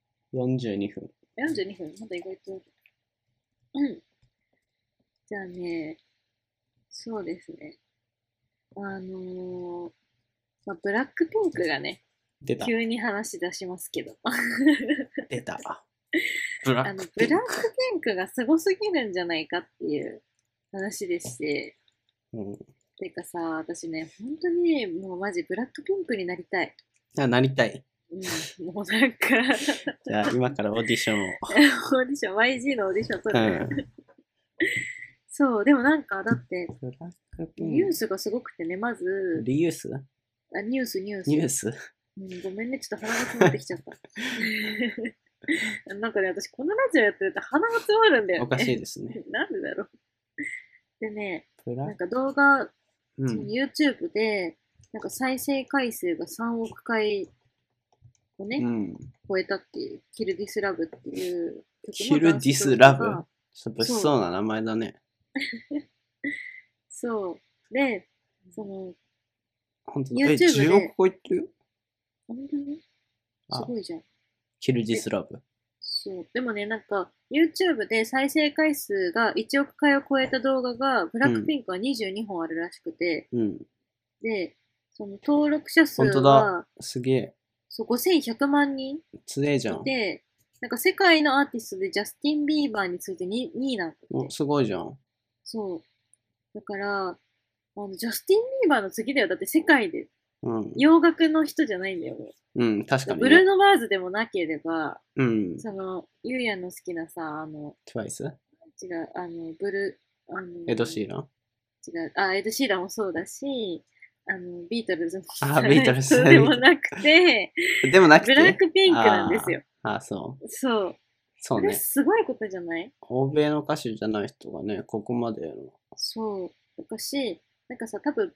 42分。 42分まだ意外と。じゃあね、そうですね。ブラックピンクがね、急に話し出しますけど。 出た。 ブラックピンクがすごすぎるんじゃないかっていう話でして。てかさ、私ね、本当にもうマジブラックピンクになりたい。 なりたい。 もうなんかじゃあ今からオーディションを。 オーディション、YG のオーディション取る。そう、でもなんかだって、ニュースがすごくてね、まず。 リユース？ ニュース。 ニュース？ ごめんね、ちょっと鼻が詰まってきちゃった。 なんかね、私このラジオやってると鼻が詰まるんだよね。 おかしいですね。 なんでだろう。でね、 ななんか動画、その YouTube で、なんか再生回数が3億回をね、超えたっていう、キルディスラブっていう曲のダンス動画が。キルディスラブ？物騒な名前だね。 そう。で、その、 本当だ。10億超えてるよ。 本当にすごいじゃん。 キルディスラブ。 そう。でもね、なんか、YouTube で再生回数が1億回を超えた動画が、ブラックピンクは22本あるらしくて、で、その登録者数は、 すげえ。 そう、5100万人強えじゃん。 で、なんか世界のアーティストでジャスティン・ビーバーについて 2位なんだって。 すごいじゃん。 そう。だから、ジャスティン・ビーバーの次だよ。だって世界で。洋楽の人じゃないんだよ。 確かに、ね。 ブルーノ・マーズでもなければ、 その、ゆうやの好きなさ、 TWICE？ 違う、 エド・シーラン？ 違う、エド・シーランもそうだし、ビートルズもビートルズでもなくて、 でもなくて、 ブラックピンクなんですよ。 そう。 そう。 そうね。 すごいことじゃない？ 欧米の歌手じゃない人がね、ここまでやるの。 そう。だかし、なんかさ、多分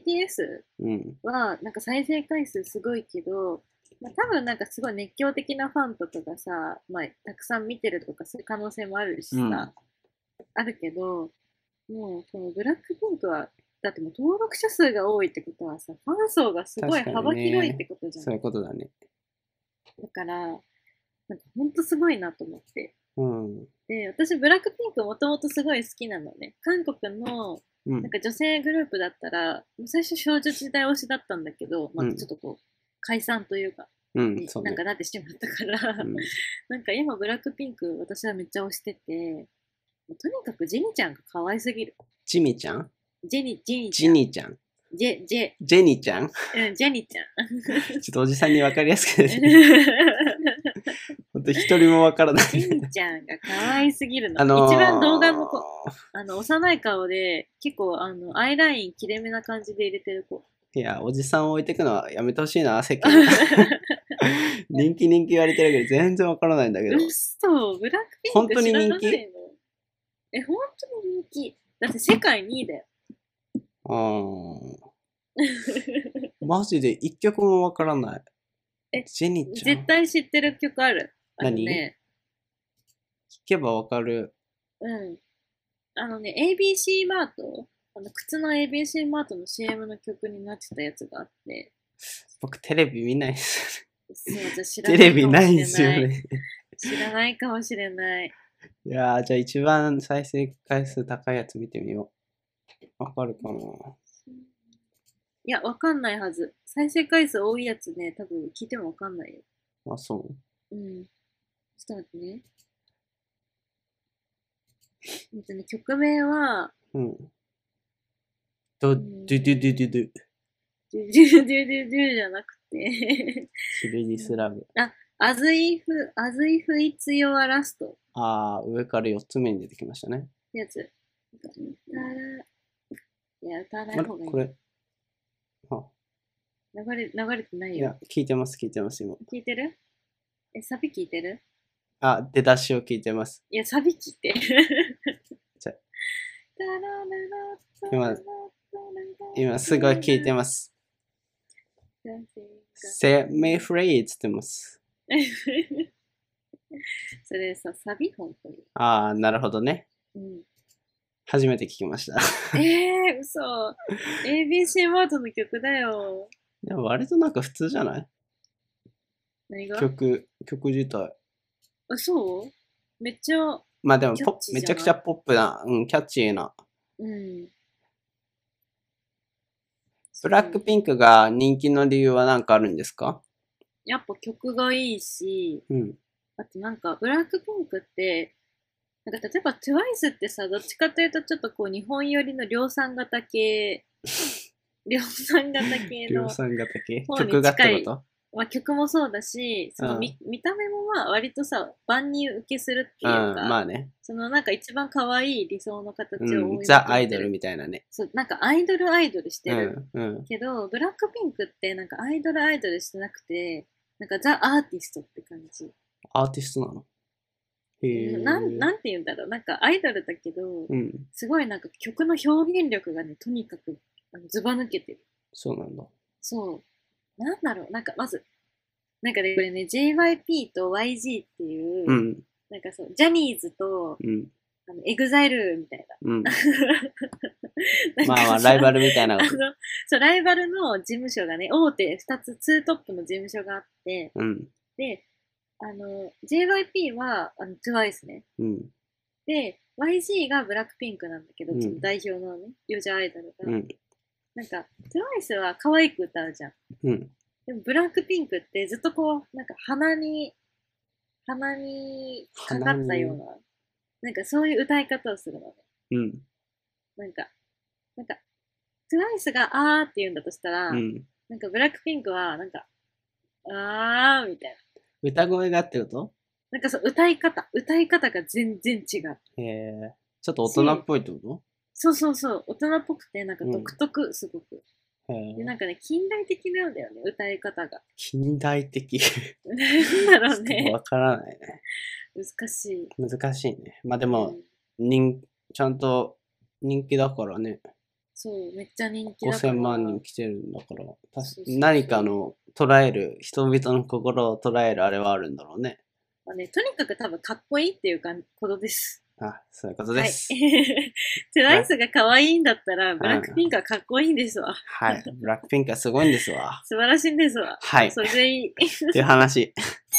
BTS は、なんか再生回数すごいけど、多分なんかすごい熱狂的なファンとかがさ、たくさん見てるとかそういう可能性もあるしさ、あるけど、もうそのブラックピンクは、だってもう登録者数が多いってことはさ、ファン層がすごい幅広いってことじゃん。 そういうことだね。 だから、なんかほんとすごいなと思って。で、私ブラックピンクもともとすごい好きなのね。韓国のなんか女性グループだったら、最初少女時代推しだったんだけど、ちょっとこう、解散というか、なんかなってしまったから、なんか今ブラックピンク私はめっちゃ推してて、とにかくジェニちゃんが可愛すぎる。 ジミちゃん？ ジェニちゃん。 ジェニちゃん。 ジェニちゃん？ ジェニちゃん。 ちょっとおじさんに分かりやすくね。ほんと一人も分からない。 ジェニちゃんが可愛すぎるの。一番動画の子、幼い顔で、結構アイライン切れ目な感じで入れてる子。 いや、おじさんを置いてくのはやめてほしいな、世間。人気言われてるけど全然分からないんだけど。 嘘、ブラックピンク知らないの？本当に人気？本当に人気。だって世界2位だよ。 マジで一曲もわからない。ジェニちゃん。 絶対知ってる曲ある。 何？聞けばわかる。 ABC マート、靴の ABC マートの CM の曲になってたやつがあって。 僕テレビ見ないです。 テレビないんですよね。 知らないかもしれない。 いやー、じゃあ一番再生回数高いやつ見てみよう。わかるかな？ いや、わかんないはず。再生回数多いやつね、多分聞いてもわかんないよ。 あ、そう？ ちょっと待ってね。曲名は、 ドゥドゥドゥドゥドゥ。 ドゥドゥドゥドゥドゥじゃなくて。 キルディスラブ。 as if it's your last。 上から4つ目に出てきましたね。 やつ。いや、歌わない方がいい。 これ。 流れてないよ。 いや、聞いてます、今。 聞いてる？サビ聞いてる？ 出だしを聞いてます。 いや、サビ聞いて。 じゃ今すごい聞いてます。Set me free つってます。 それさ、サビ本当に。 なるほどね。初めて聞きました。 嘘。ABC マートの曲だよ。 でも割となんか普通じゃない？ 何が？ 曲自体。 そう？めっちゃ。 でもめちゃくちゃポップな、キャッチーな。ブラックピンクが人気の理由は何かあるんですか？ やっぱ曲がいいし、あとなんかブラックピンクって、なんか例えば TWICE ってさ、どっちかというとちょっとこう日本寄りの量産型系の曲がってこと？ 曲もそうだし、その見た目も割とさ、万人受けするっていうか、そのなんか一番可愛い理想の形を追い求めてる。 ザ・アイドルみたいなね。 そう、なんかアイドルしてる。けど、ブラックピンクってなんかアイドルしてなくて、なんかザ・アーティストって感じ。 アーティストなの？へなんて言うんだろう。なんかアイドルだけど、すごいなんか曲の表現力がね、とにかくずば抜けてる。 そうなんだ。 そう。なんだろう。なんかまず、なんかね、これね、JYP と YG っていう、なんかそう、ジャニーズと、エグザイルみたいな。 まあライバルみたいなそう、ライバルの事務所がね、大手2つ、ツートップの事務所があって、で、JYP はTWICE ね。で、YG がブラックピンクなんだけど、代表のね、幼女アイドルが。なんか、TWICE は可愛く歌うじゃん。でも、ブラックピンクってずっとこう、なんか鼻にかかったような、なんかそういう歌い方をするのね。なんか、TWICE があーって言うんだとしたら、なんかブラックピンクは、なんか、あーみたいな。 歌声がってこと？ なんかそう、歌い方が全然違う。 へえ。ちょっと大人っぽいってこと？ そうそうそう、大人っぽくて、なんか独特、すごく。で、なんかね、近代的なんだよね、歌い方が。 近代的なんだろうね。 わからないね。 難しい。 難しいね。まあでも、ちゃんと人気だからね。 そう、めっちゃ人気だから。 5000万人来てるんだから。何かの捉える、人々の心を捉えるあれはあるんだろうね。 まあね、とにかく多分かっこいいっていうことです。 あ、そういうことです。 TWICE が可愛いんだったら、ブラックピンクはかっこいいんですわ。 はい。ブラックピンクはすごいんですわ。 素晴らしいんですわ。 はい。 それでいい。 っていう話。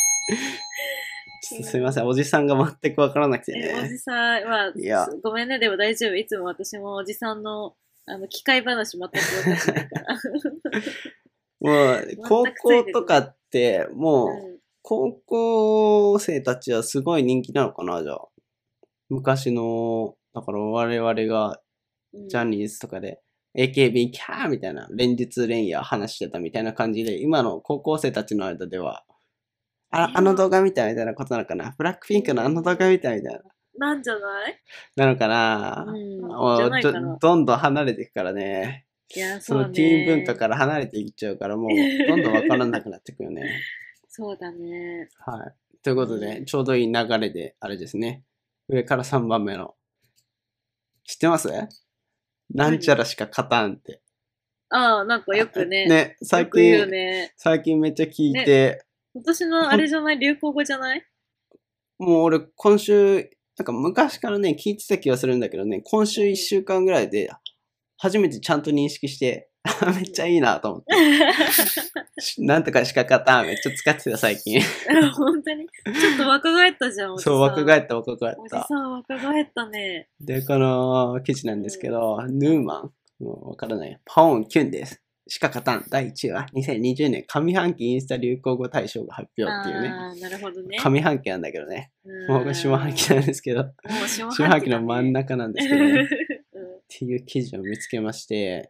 すいません、おじさんが全くわからなくてね。 おじさんは、ごめんね、でも大丈夫。いつも私もおじさんの、機械話全く分かってないから。 もう、高校とかって、もう、高校生たちはすごい人気なのかな、じゃあ。昔の、だから我々が、ジャニーズとかで、AKB キャーみたいな、連日連夜話してたみたいな感じで、今の高校生たちの間では、あの動画見たみたいなことなのかな。ブラックピンクのあの動画見たみたいな。 なんじゃないなのかな。どんどん離れていくからね。 いや、 そのティーン文化から離れていっちゃうから、もうどんどんわからなくなっていくよね。 そうだね。 はい。ということで、ちょうどいい流れで、あれですね。上から3番目の。知ってます？なんちゃらしか勝たんって。 ああ、なんかよくね。 ね、最近めっちゃ聞いて。 今年のあれじゃない？流行語じゃない？ もう俺今週、なんか昔からね、聞いてた気がするんだけどね、今週1週間ぐらいで、初めてちゃんと認識して、めっちゃいいなと思って。なんとかしか勝たん、めっちゃ使ってた最近。 本当に？ちょっと若返ったじゃん、おじさん。 そう、若返った。おじさん若返ったね。 で、この記事なんですけど、ヌーマン、もうわからない。パオンキュンです。しか勝たん第1位は2020年上半期インスタ流行語大賞が発表っていうね。 ああ、なるほどね。 上半期なんだけどね。もう下半期なんですけど。下半期の真ん中なんですけどね。っていう記事を見つけまして。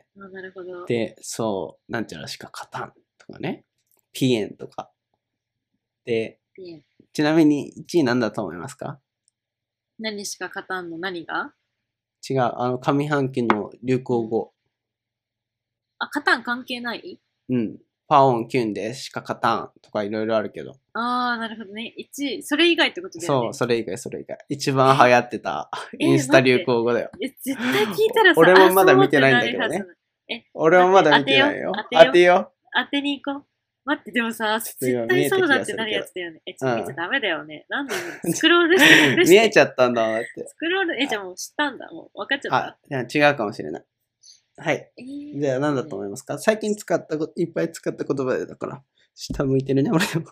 なるほど。 で、そう、なんちゃらしか勝たんとかね。ピエンとか。で、ちなみに1位なんだと思いますか？ 何しか勝たんの何が？ 違う、上半期の流行語。 あ、勝たん関係ない？ うん。パオンキュンでしか勝たんとかいろいろあるけど。 ああ、なるほどね。1位、それ以外ってことだよね。 そう、それ以外。一番流行ってたインスタ流行語だよ。 絶対聞いたらさ、 俺もまだ見てないんだけどね。俺もまだ見てないよ。当てよ。 当てに行こう。待って、でもさ、絶対そうだってなるやつだよね。ちょっと見ちゃダメだよね。なんでスクロールして。 見えちゃったんだって。 スクロール、じゃあもう知ったんだ。もう分かっちゃった。 違うかもしれない。はい。じゃあ何だと思いますか？最近いっぱい使った言葉でだから、下向いてるね、俺も。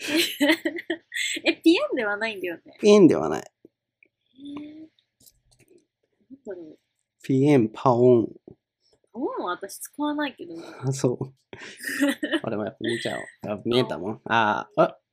ピエンではないんだよね。 ピエンではない。 なんだろう。 ピエン、パオン。 パオンは私使わないけどね。 あ、そう。俺もやっぱ見ちゃおう。見えたもん。な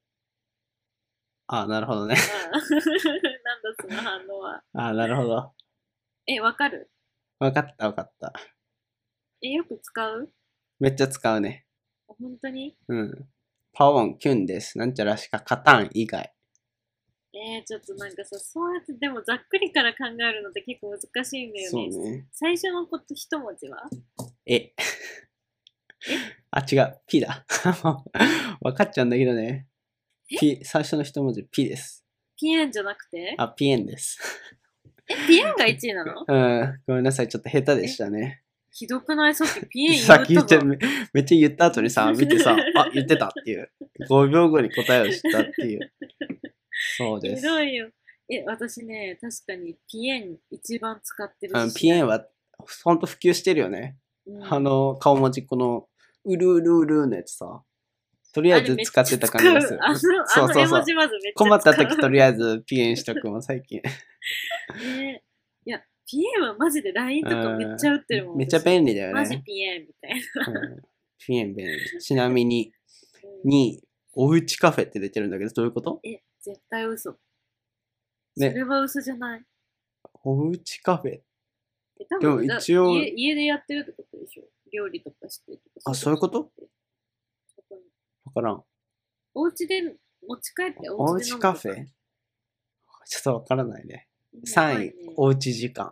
るほどね。 なんだその反応は。 なるほど。 わかる？ わかった。 よく使う？ めっちゃ使うね。 本当に？ うん。パオン、キュンです。なんちゃらしか勝たん以外。 ちょっとなんかさ、そうやってでもざっくりから考えるのって結構難しいんだよね。 そうね。 最初の一文字は？ 違う。P だ。わかっちゃうんだけどね。 最初の一文字 P です。 ピエンじゃなくて？ あ、ピエンです。 ピエンが1位なの？ うん。ごめんなさい。ちょっと下手でしたね。 ひどくない？さっきピエン言さっきめっちゃ言った後にさ、見てさ、あ、言ってたっていう。5秒後に答えを知ったっていう。そうです。 ひどいよ。私ね、確かにピエン一番使ってるし。ピエンは、ほんと普及してるよね。顔文字この、うるうるうるのやつさ。とりあえず使ってた感じがする。 そうそうそう。 困った時とりあえずピエンしとくもん、最近。 ね、いや、ピエンはマジで LINE とかめっちゃ打ってるもん。 めっちゃ便利だよね。 マジピエンみたいな。 ピエン便利。ちなみに、おうちカフェって出てるんだけど、どういうこと？ 絶対嘘。ね、それは嘘じゃない。 おうちカフェ。 でも一応家でやってるってことでしょ？料理とかしてるとか。 あ、そういうこと？わからん。 お家で持ち帰っておうちカフェ？ちょっとわからないね。3位、おうち時間。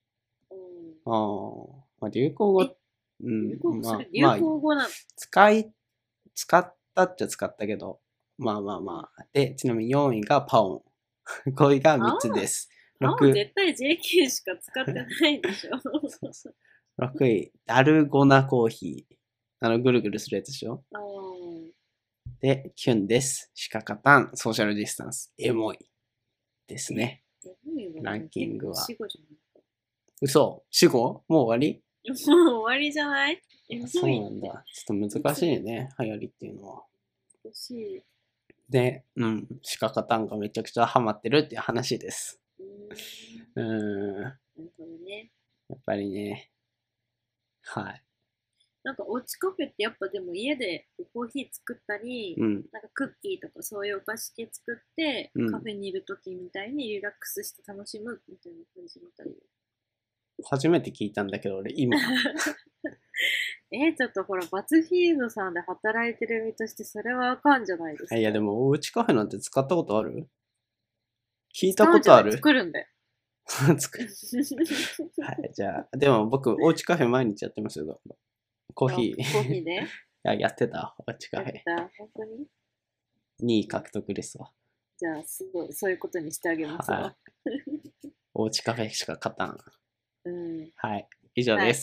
まあ、流行語、 流行語なの？ 使ったっちゃ使ったけど、まあ。で、ちなみに4位がパオン。5位が3つです。 パオン絶対 JK しか使ってないでしょ。 6位、ダルゴナコーヒー。ぐるぐるするやつでしょ。で、キュンです。シカカタン、ソーシャルディスタンス、エモいですね。ランキングは。嘘？死後？もう終わり？ もう終わりじゃない？ そうなんだ。ちょっと難しいね、流行りっていうのは。 難しい。 で、シカカタンがめちゃくちゃハマってるっていう話です。なるほどね。やっぱりね。はい。 なんかおうちカフェってやっぱでも家でコーヒー作ったり、なんかクッキーとかそういうお菓子系作って、カフェにいる時みたいにリラックスして楽しむみたいな感じみたいよ。 初めて聞いたんだけど俺今。 ちょっとほらバズフィードさんで働いてる身としてそれはあかんじゃないですか。 いやでもおうちカフェなんて使ったことある？聞いたことある？ 作るんで。 作る。はい、じゃあでも僕おうちカフェ毎日やってますよ。コーヒーでやってた、おうちカフェ。 本当に 2位獲得ですわ。 じゃあ、そういうことにしてあげますわ。 おうちカフェしか勝たん。はい。以上です。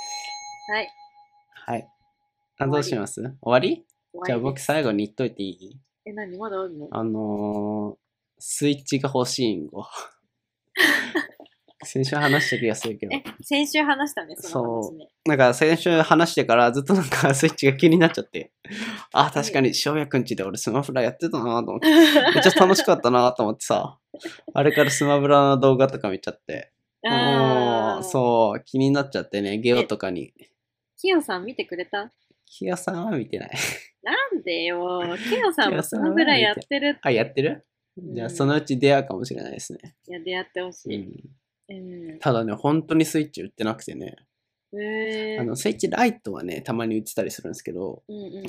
はい。どうします？終わり？じゃあ僕最後に言っといていい？ 何まだあるの？ スイッチが欲しいんご。先週話した気がするけど。 先週話したね、その話ね。 なんか先週話してからずっとなんかスイッチが気になっちゃって。確かに翔也くんちで俺スマブラやってたなと思って。めっちゃ楽しかったなと思ってさ。あれからスマブラの動画とか見ちゃって。そう、気になっちゃってね、ゲオとかに。 キヨさん見てくれた？ キヨさんは見てない。 なんでよ。キヨさんもスマブラやってるって。 やってる？じゃあそのうち出会うかもしれないですね。 いや、出会ってほしい。 ただね、本当にスイッチ売ってなくてね。スイッチライトはね、たまに売ってたりするんですけど、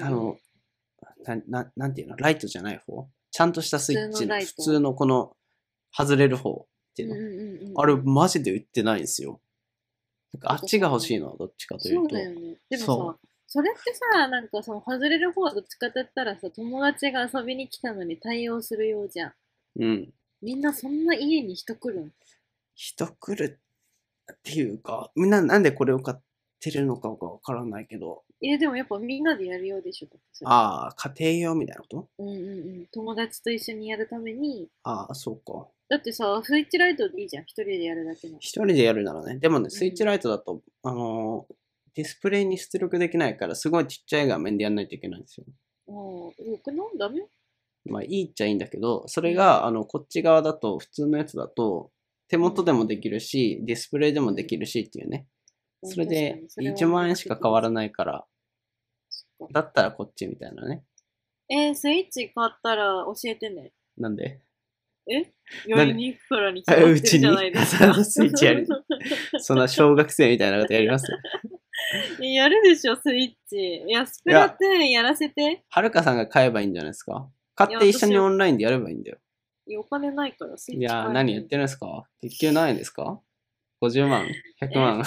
なんていうの、ライトじゃない方？ちゃんとしたスイッチの、普通のこの、外れる方っていうの。あれ、マジで売ってないんですよ。あっちが欲しいのはどっちかというと。 そうだよね。でもさ、それってさ、なんかその外れる方はどっちかって言ったらさ、友達が遊びに来たのに対応するようじゃん。みんなそんな家に人来るん？ 人来るっていうか、みんななんでこれを買ってるのかわからないけど。 でもやっぱみんなでやるようでしょ。 家庭用みたいなこと？ 友達と一緒にやるために。 そうか。 だってさ、スイッチライトでいいじゃん。一人でやるだけの。 一人でやるならね。でもね、スイッチライトだと、ディスプレイに出力できないから、すごいちっちゃい画面でやんないといけないんですよ。 よくなんダメ？ まあいいっちゃいいんだけど、それが、こっち側だと、普通のやつだと、手元でもできるし、ディスプレイでもできるしっていうね。それで、1万円しか変わらないから、だったらこっちみたいなね。 スイッチ買ったら教えてね。 なんで？ やりに行くからに決まってるじゃないですか。 スイッチやる。そんな小学生みたいなことやります？ やるでしょ、スイッチ。スプラトゥーンやらせて。 はるかさんが買えばいいんじゃないですか？買って一緒にオンラインでやればいいんだよ。 お金ないからスイッチ。 何言ってるんですか？月給何円ですか？50万 ?100 万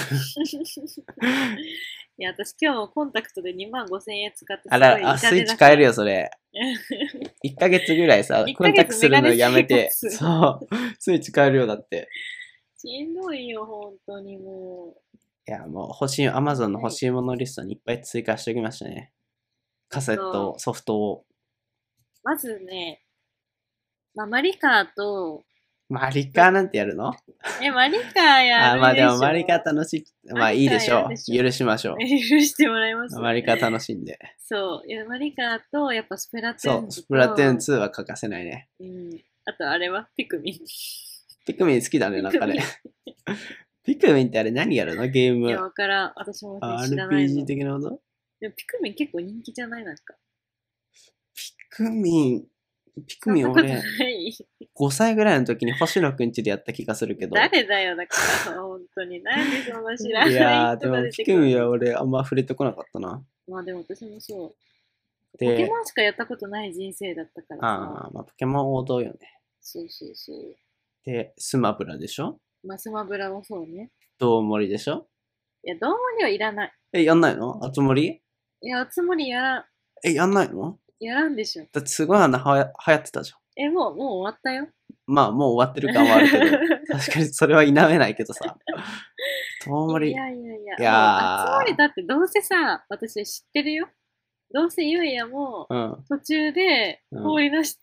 私今日もコンタクトで2万5千円使ってスイッチ買えるよ、それ。 1ヶ月ぐらいさ、コンタクトするのやめて、そう、スイッチ変えるようだって。 しんどいよ、本当にもう。 いや、もうAmazon の欲しいものリストにいっぱい追加しておきましたね。カセット、ソフトを。 まずね、マリカーと、 マリカーなんてやるの？ マリカーやるでしょ。 まあでもマリカー楽しい。まあいいでしょう。許しましょう。 許してもらいます、 マリカー楽しんで。 そう。マリカーと、やっぱスプラトゥーン2。 そう、スプラトゥーン2は欠かせないね。 あとあれはピクミン。 ピクミン好きだね、なんかね。ピクミンってあれ何やるの？ゲーム。 いや、わからん。私も知らないの。 RPG 的なこと？ でもピクミン結構人気じゃない？なんか。 ピクミン俺、5歳ぐらいの時に星野くんちでやった気がするけど。 誰だよ、だから、本当に。なんでそんな知らない人が出てくる。いやー、でもピクミンは俺あんま触れてこなかったな。 まあでも私もそう。ポケモンしかやったことない人生だったからさ。 まあポケモン王道よね。 そうそうそう。 で、スマブラでしょ？ まあスマブラもそうね。 どうもりでしょ？ いや、どうもりはいらない。 やんないの？あつ森？ いや、あつ森やらん。 やんないの？ やらんでしょ。 だってすごい流行ってたじゃん。もう終わったよ。 まあ、もう終わってる感はあるけど、確かにそれは否めないけどさ。とうもり。 いや。あつ森だってどうせさ、私知ってるよ。どうせゆいやも、途中で放り出して、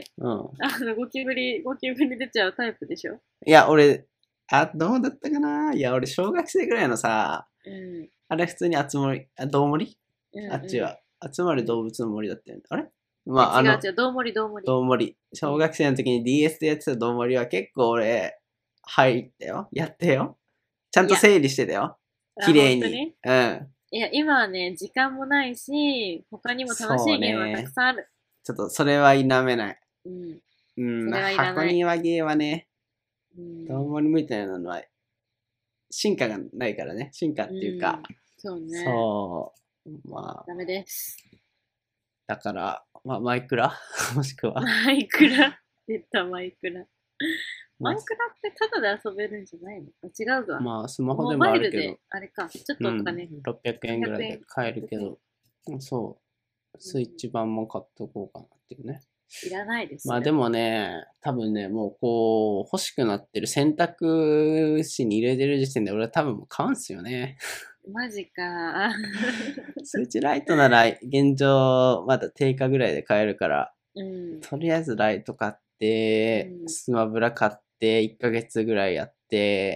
ゴキブリ出ちゃうタイプでしょ？ いや、俺、どうだったかな？いや、俺、小学生ぐらいのさ、あれ普通にどうもり？あっちは。集まる動物の森だったよね。あれ？まあ、 違う、どうもり。 小学生の時に DS でやってたどうもりは結構俺、入ったよ。やってよ。ちゃんと整理してたよ。綺麗に。 いや、今はね、時間もないし、他にも楽しいゲームはたくさんある。 ちょっと、それは否めない。箱庭ゲーはね、どうもりみたいなのは、進化がないからね。進化っていうか。 そうね。 まあ。 ダメです。 だから、まあ、マイクラもしくは。 マイクラ出た、マイクラ。マイクラってタダで遊べるんじゃないの？違うわ。 まあ、スマホでもあるけど。 あれか、ちょっとお金。 600円ぐらいで買えるけど、そう。スイッチ版も買っとこうかなっていうね。 いらないです。 まあでもね、多分ね、もうこう、欲しくなってる選択肢に入れてる時点で俺は多分もう買うんすよね。 マジか。 スイッチライトなら現状まだ定価ぐらいで買えるから、とりあえずライト買って、スマブラ買って1ヶ月ぐらいやって、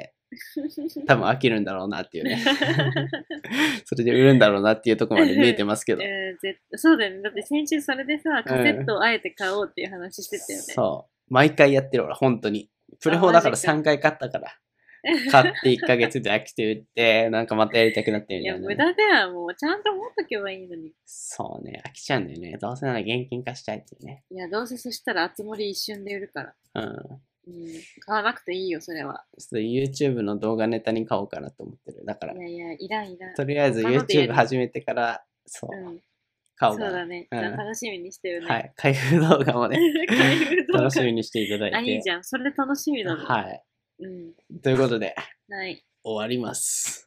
多分飽きるんだろうなっていうね。それで売るんだろうなっていうところまで見えてますけど。 そうだよね。だって先週それでさ、カセットをあえて買おうっていう話してたよね。 そう。毎回やってる俺、本当に。プレフォーだから3回買ったから。買って1ヶ月で飽きて売って、なんかまたやりたくなってみたいな、 いや、無駄だよ。もうちゃんと持っとけばいいのに。 そうね、飽きちゃうんだよね。どうせなら現金化したいっていうね。 いや、どうせそしたらあつ森一瞬で売るから。買わなくていいよ、それは。 YouTube の動画ネタに買おうかなと思ってる。だから。 いや、いらん。 とりあえず YouTube 始めてから、そう。買おうかな。 そうだね。楽しみにしてるね。 はい。開封動画もね、楽しみにしていただいて。 いいじゃん。それで楽しみだね。 はい。ということで、 終わります。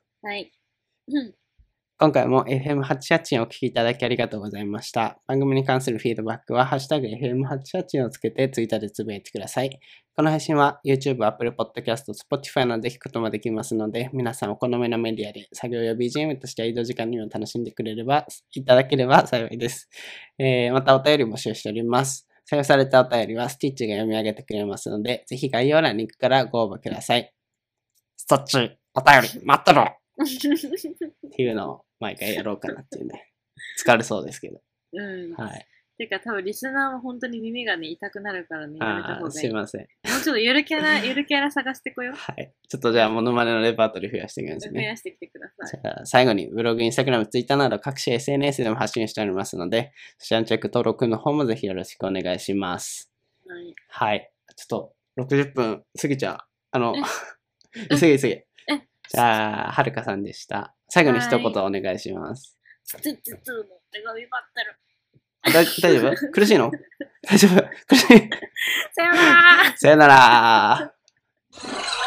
はい。 今回も FM884 をお聞きいただきありがとうございました。番組に関するフィードバックは、ハッシュタグ FM884 をつけてツイッターでつぶやいてください。この配信は YouTube、Apple Podcast、Spotify などで聞くこともできますので、皆さんお好みのメディアで作業や BGM として移動時間にも楽しんでいただければ幸いです。またお便り募集しております。採用されたお便りはスティッチが読み上げてくれますので、ぜひ概要欄にリンクからご応募ください。ストッチ、お便り待ってろっていうのを毎回やろうかなっていうね。疲れそうですけど。はい。 てか多分リスナーは本当に耳がね、痛くなるからね、やめた方がいい。 すいません。 もうちょっとゆるキャラ探してこよう。 はい。ちょっとじゃあ、モノマネのレパートリー増やしていきますね。 増やしてきてください。 じゃあ、最後に、ブログ、インスタグラム、ツイッターなど各種 SNS でも発信しておりますので、そちらのチェック登録の方もぜひよろしくお願いします。はい。ちょっと、60分過ぎちゃう。急げ。じゃあ、はるかさんでした。最後に一言お願いします。 手紙待ってる。 大丈夫？苦しいの？大丈夫？苦しい？ さよなら。 さよなら。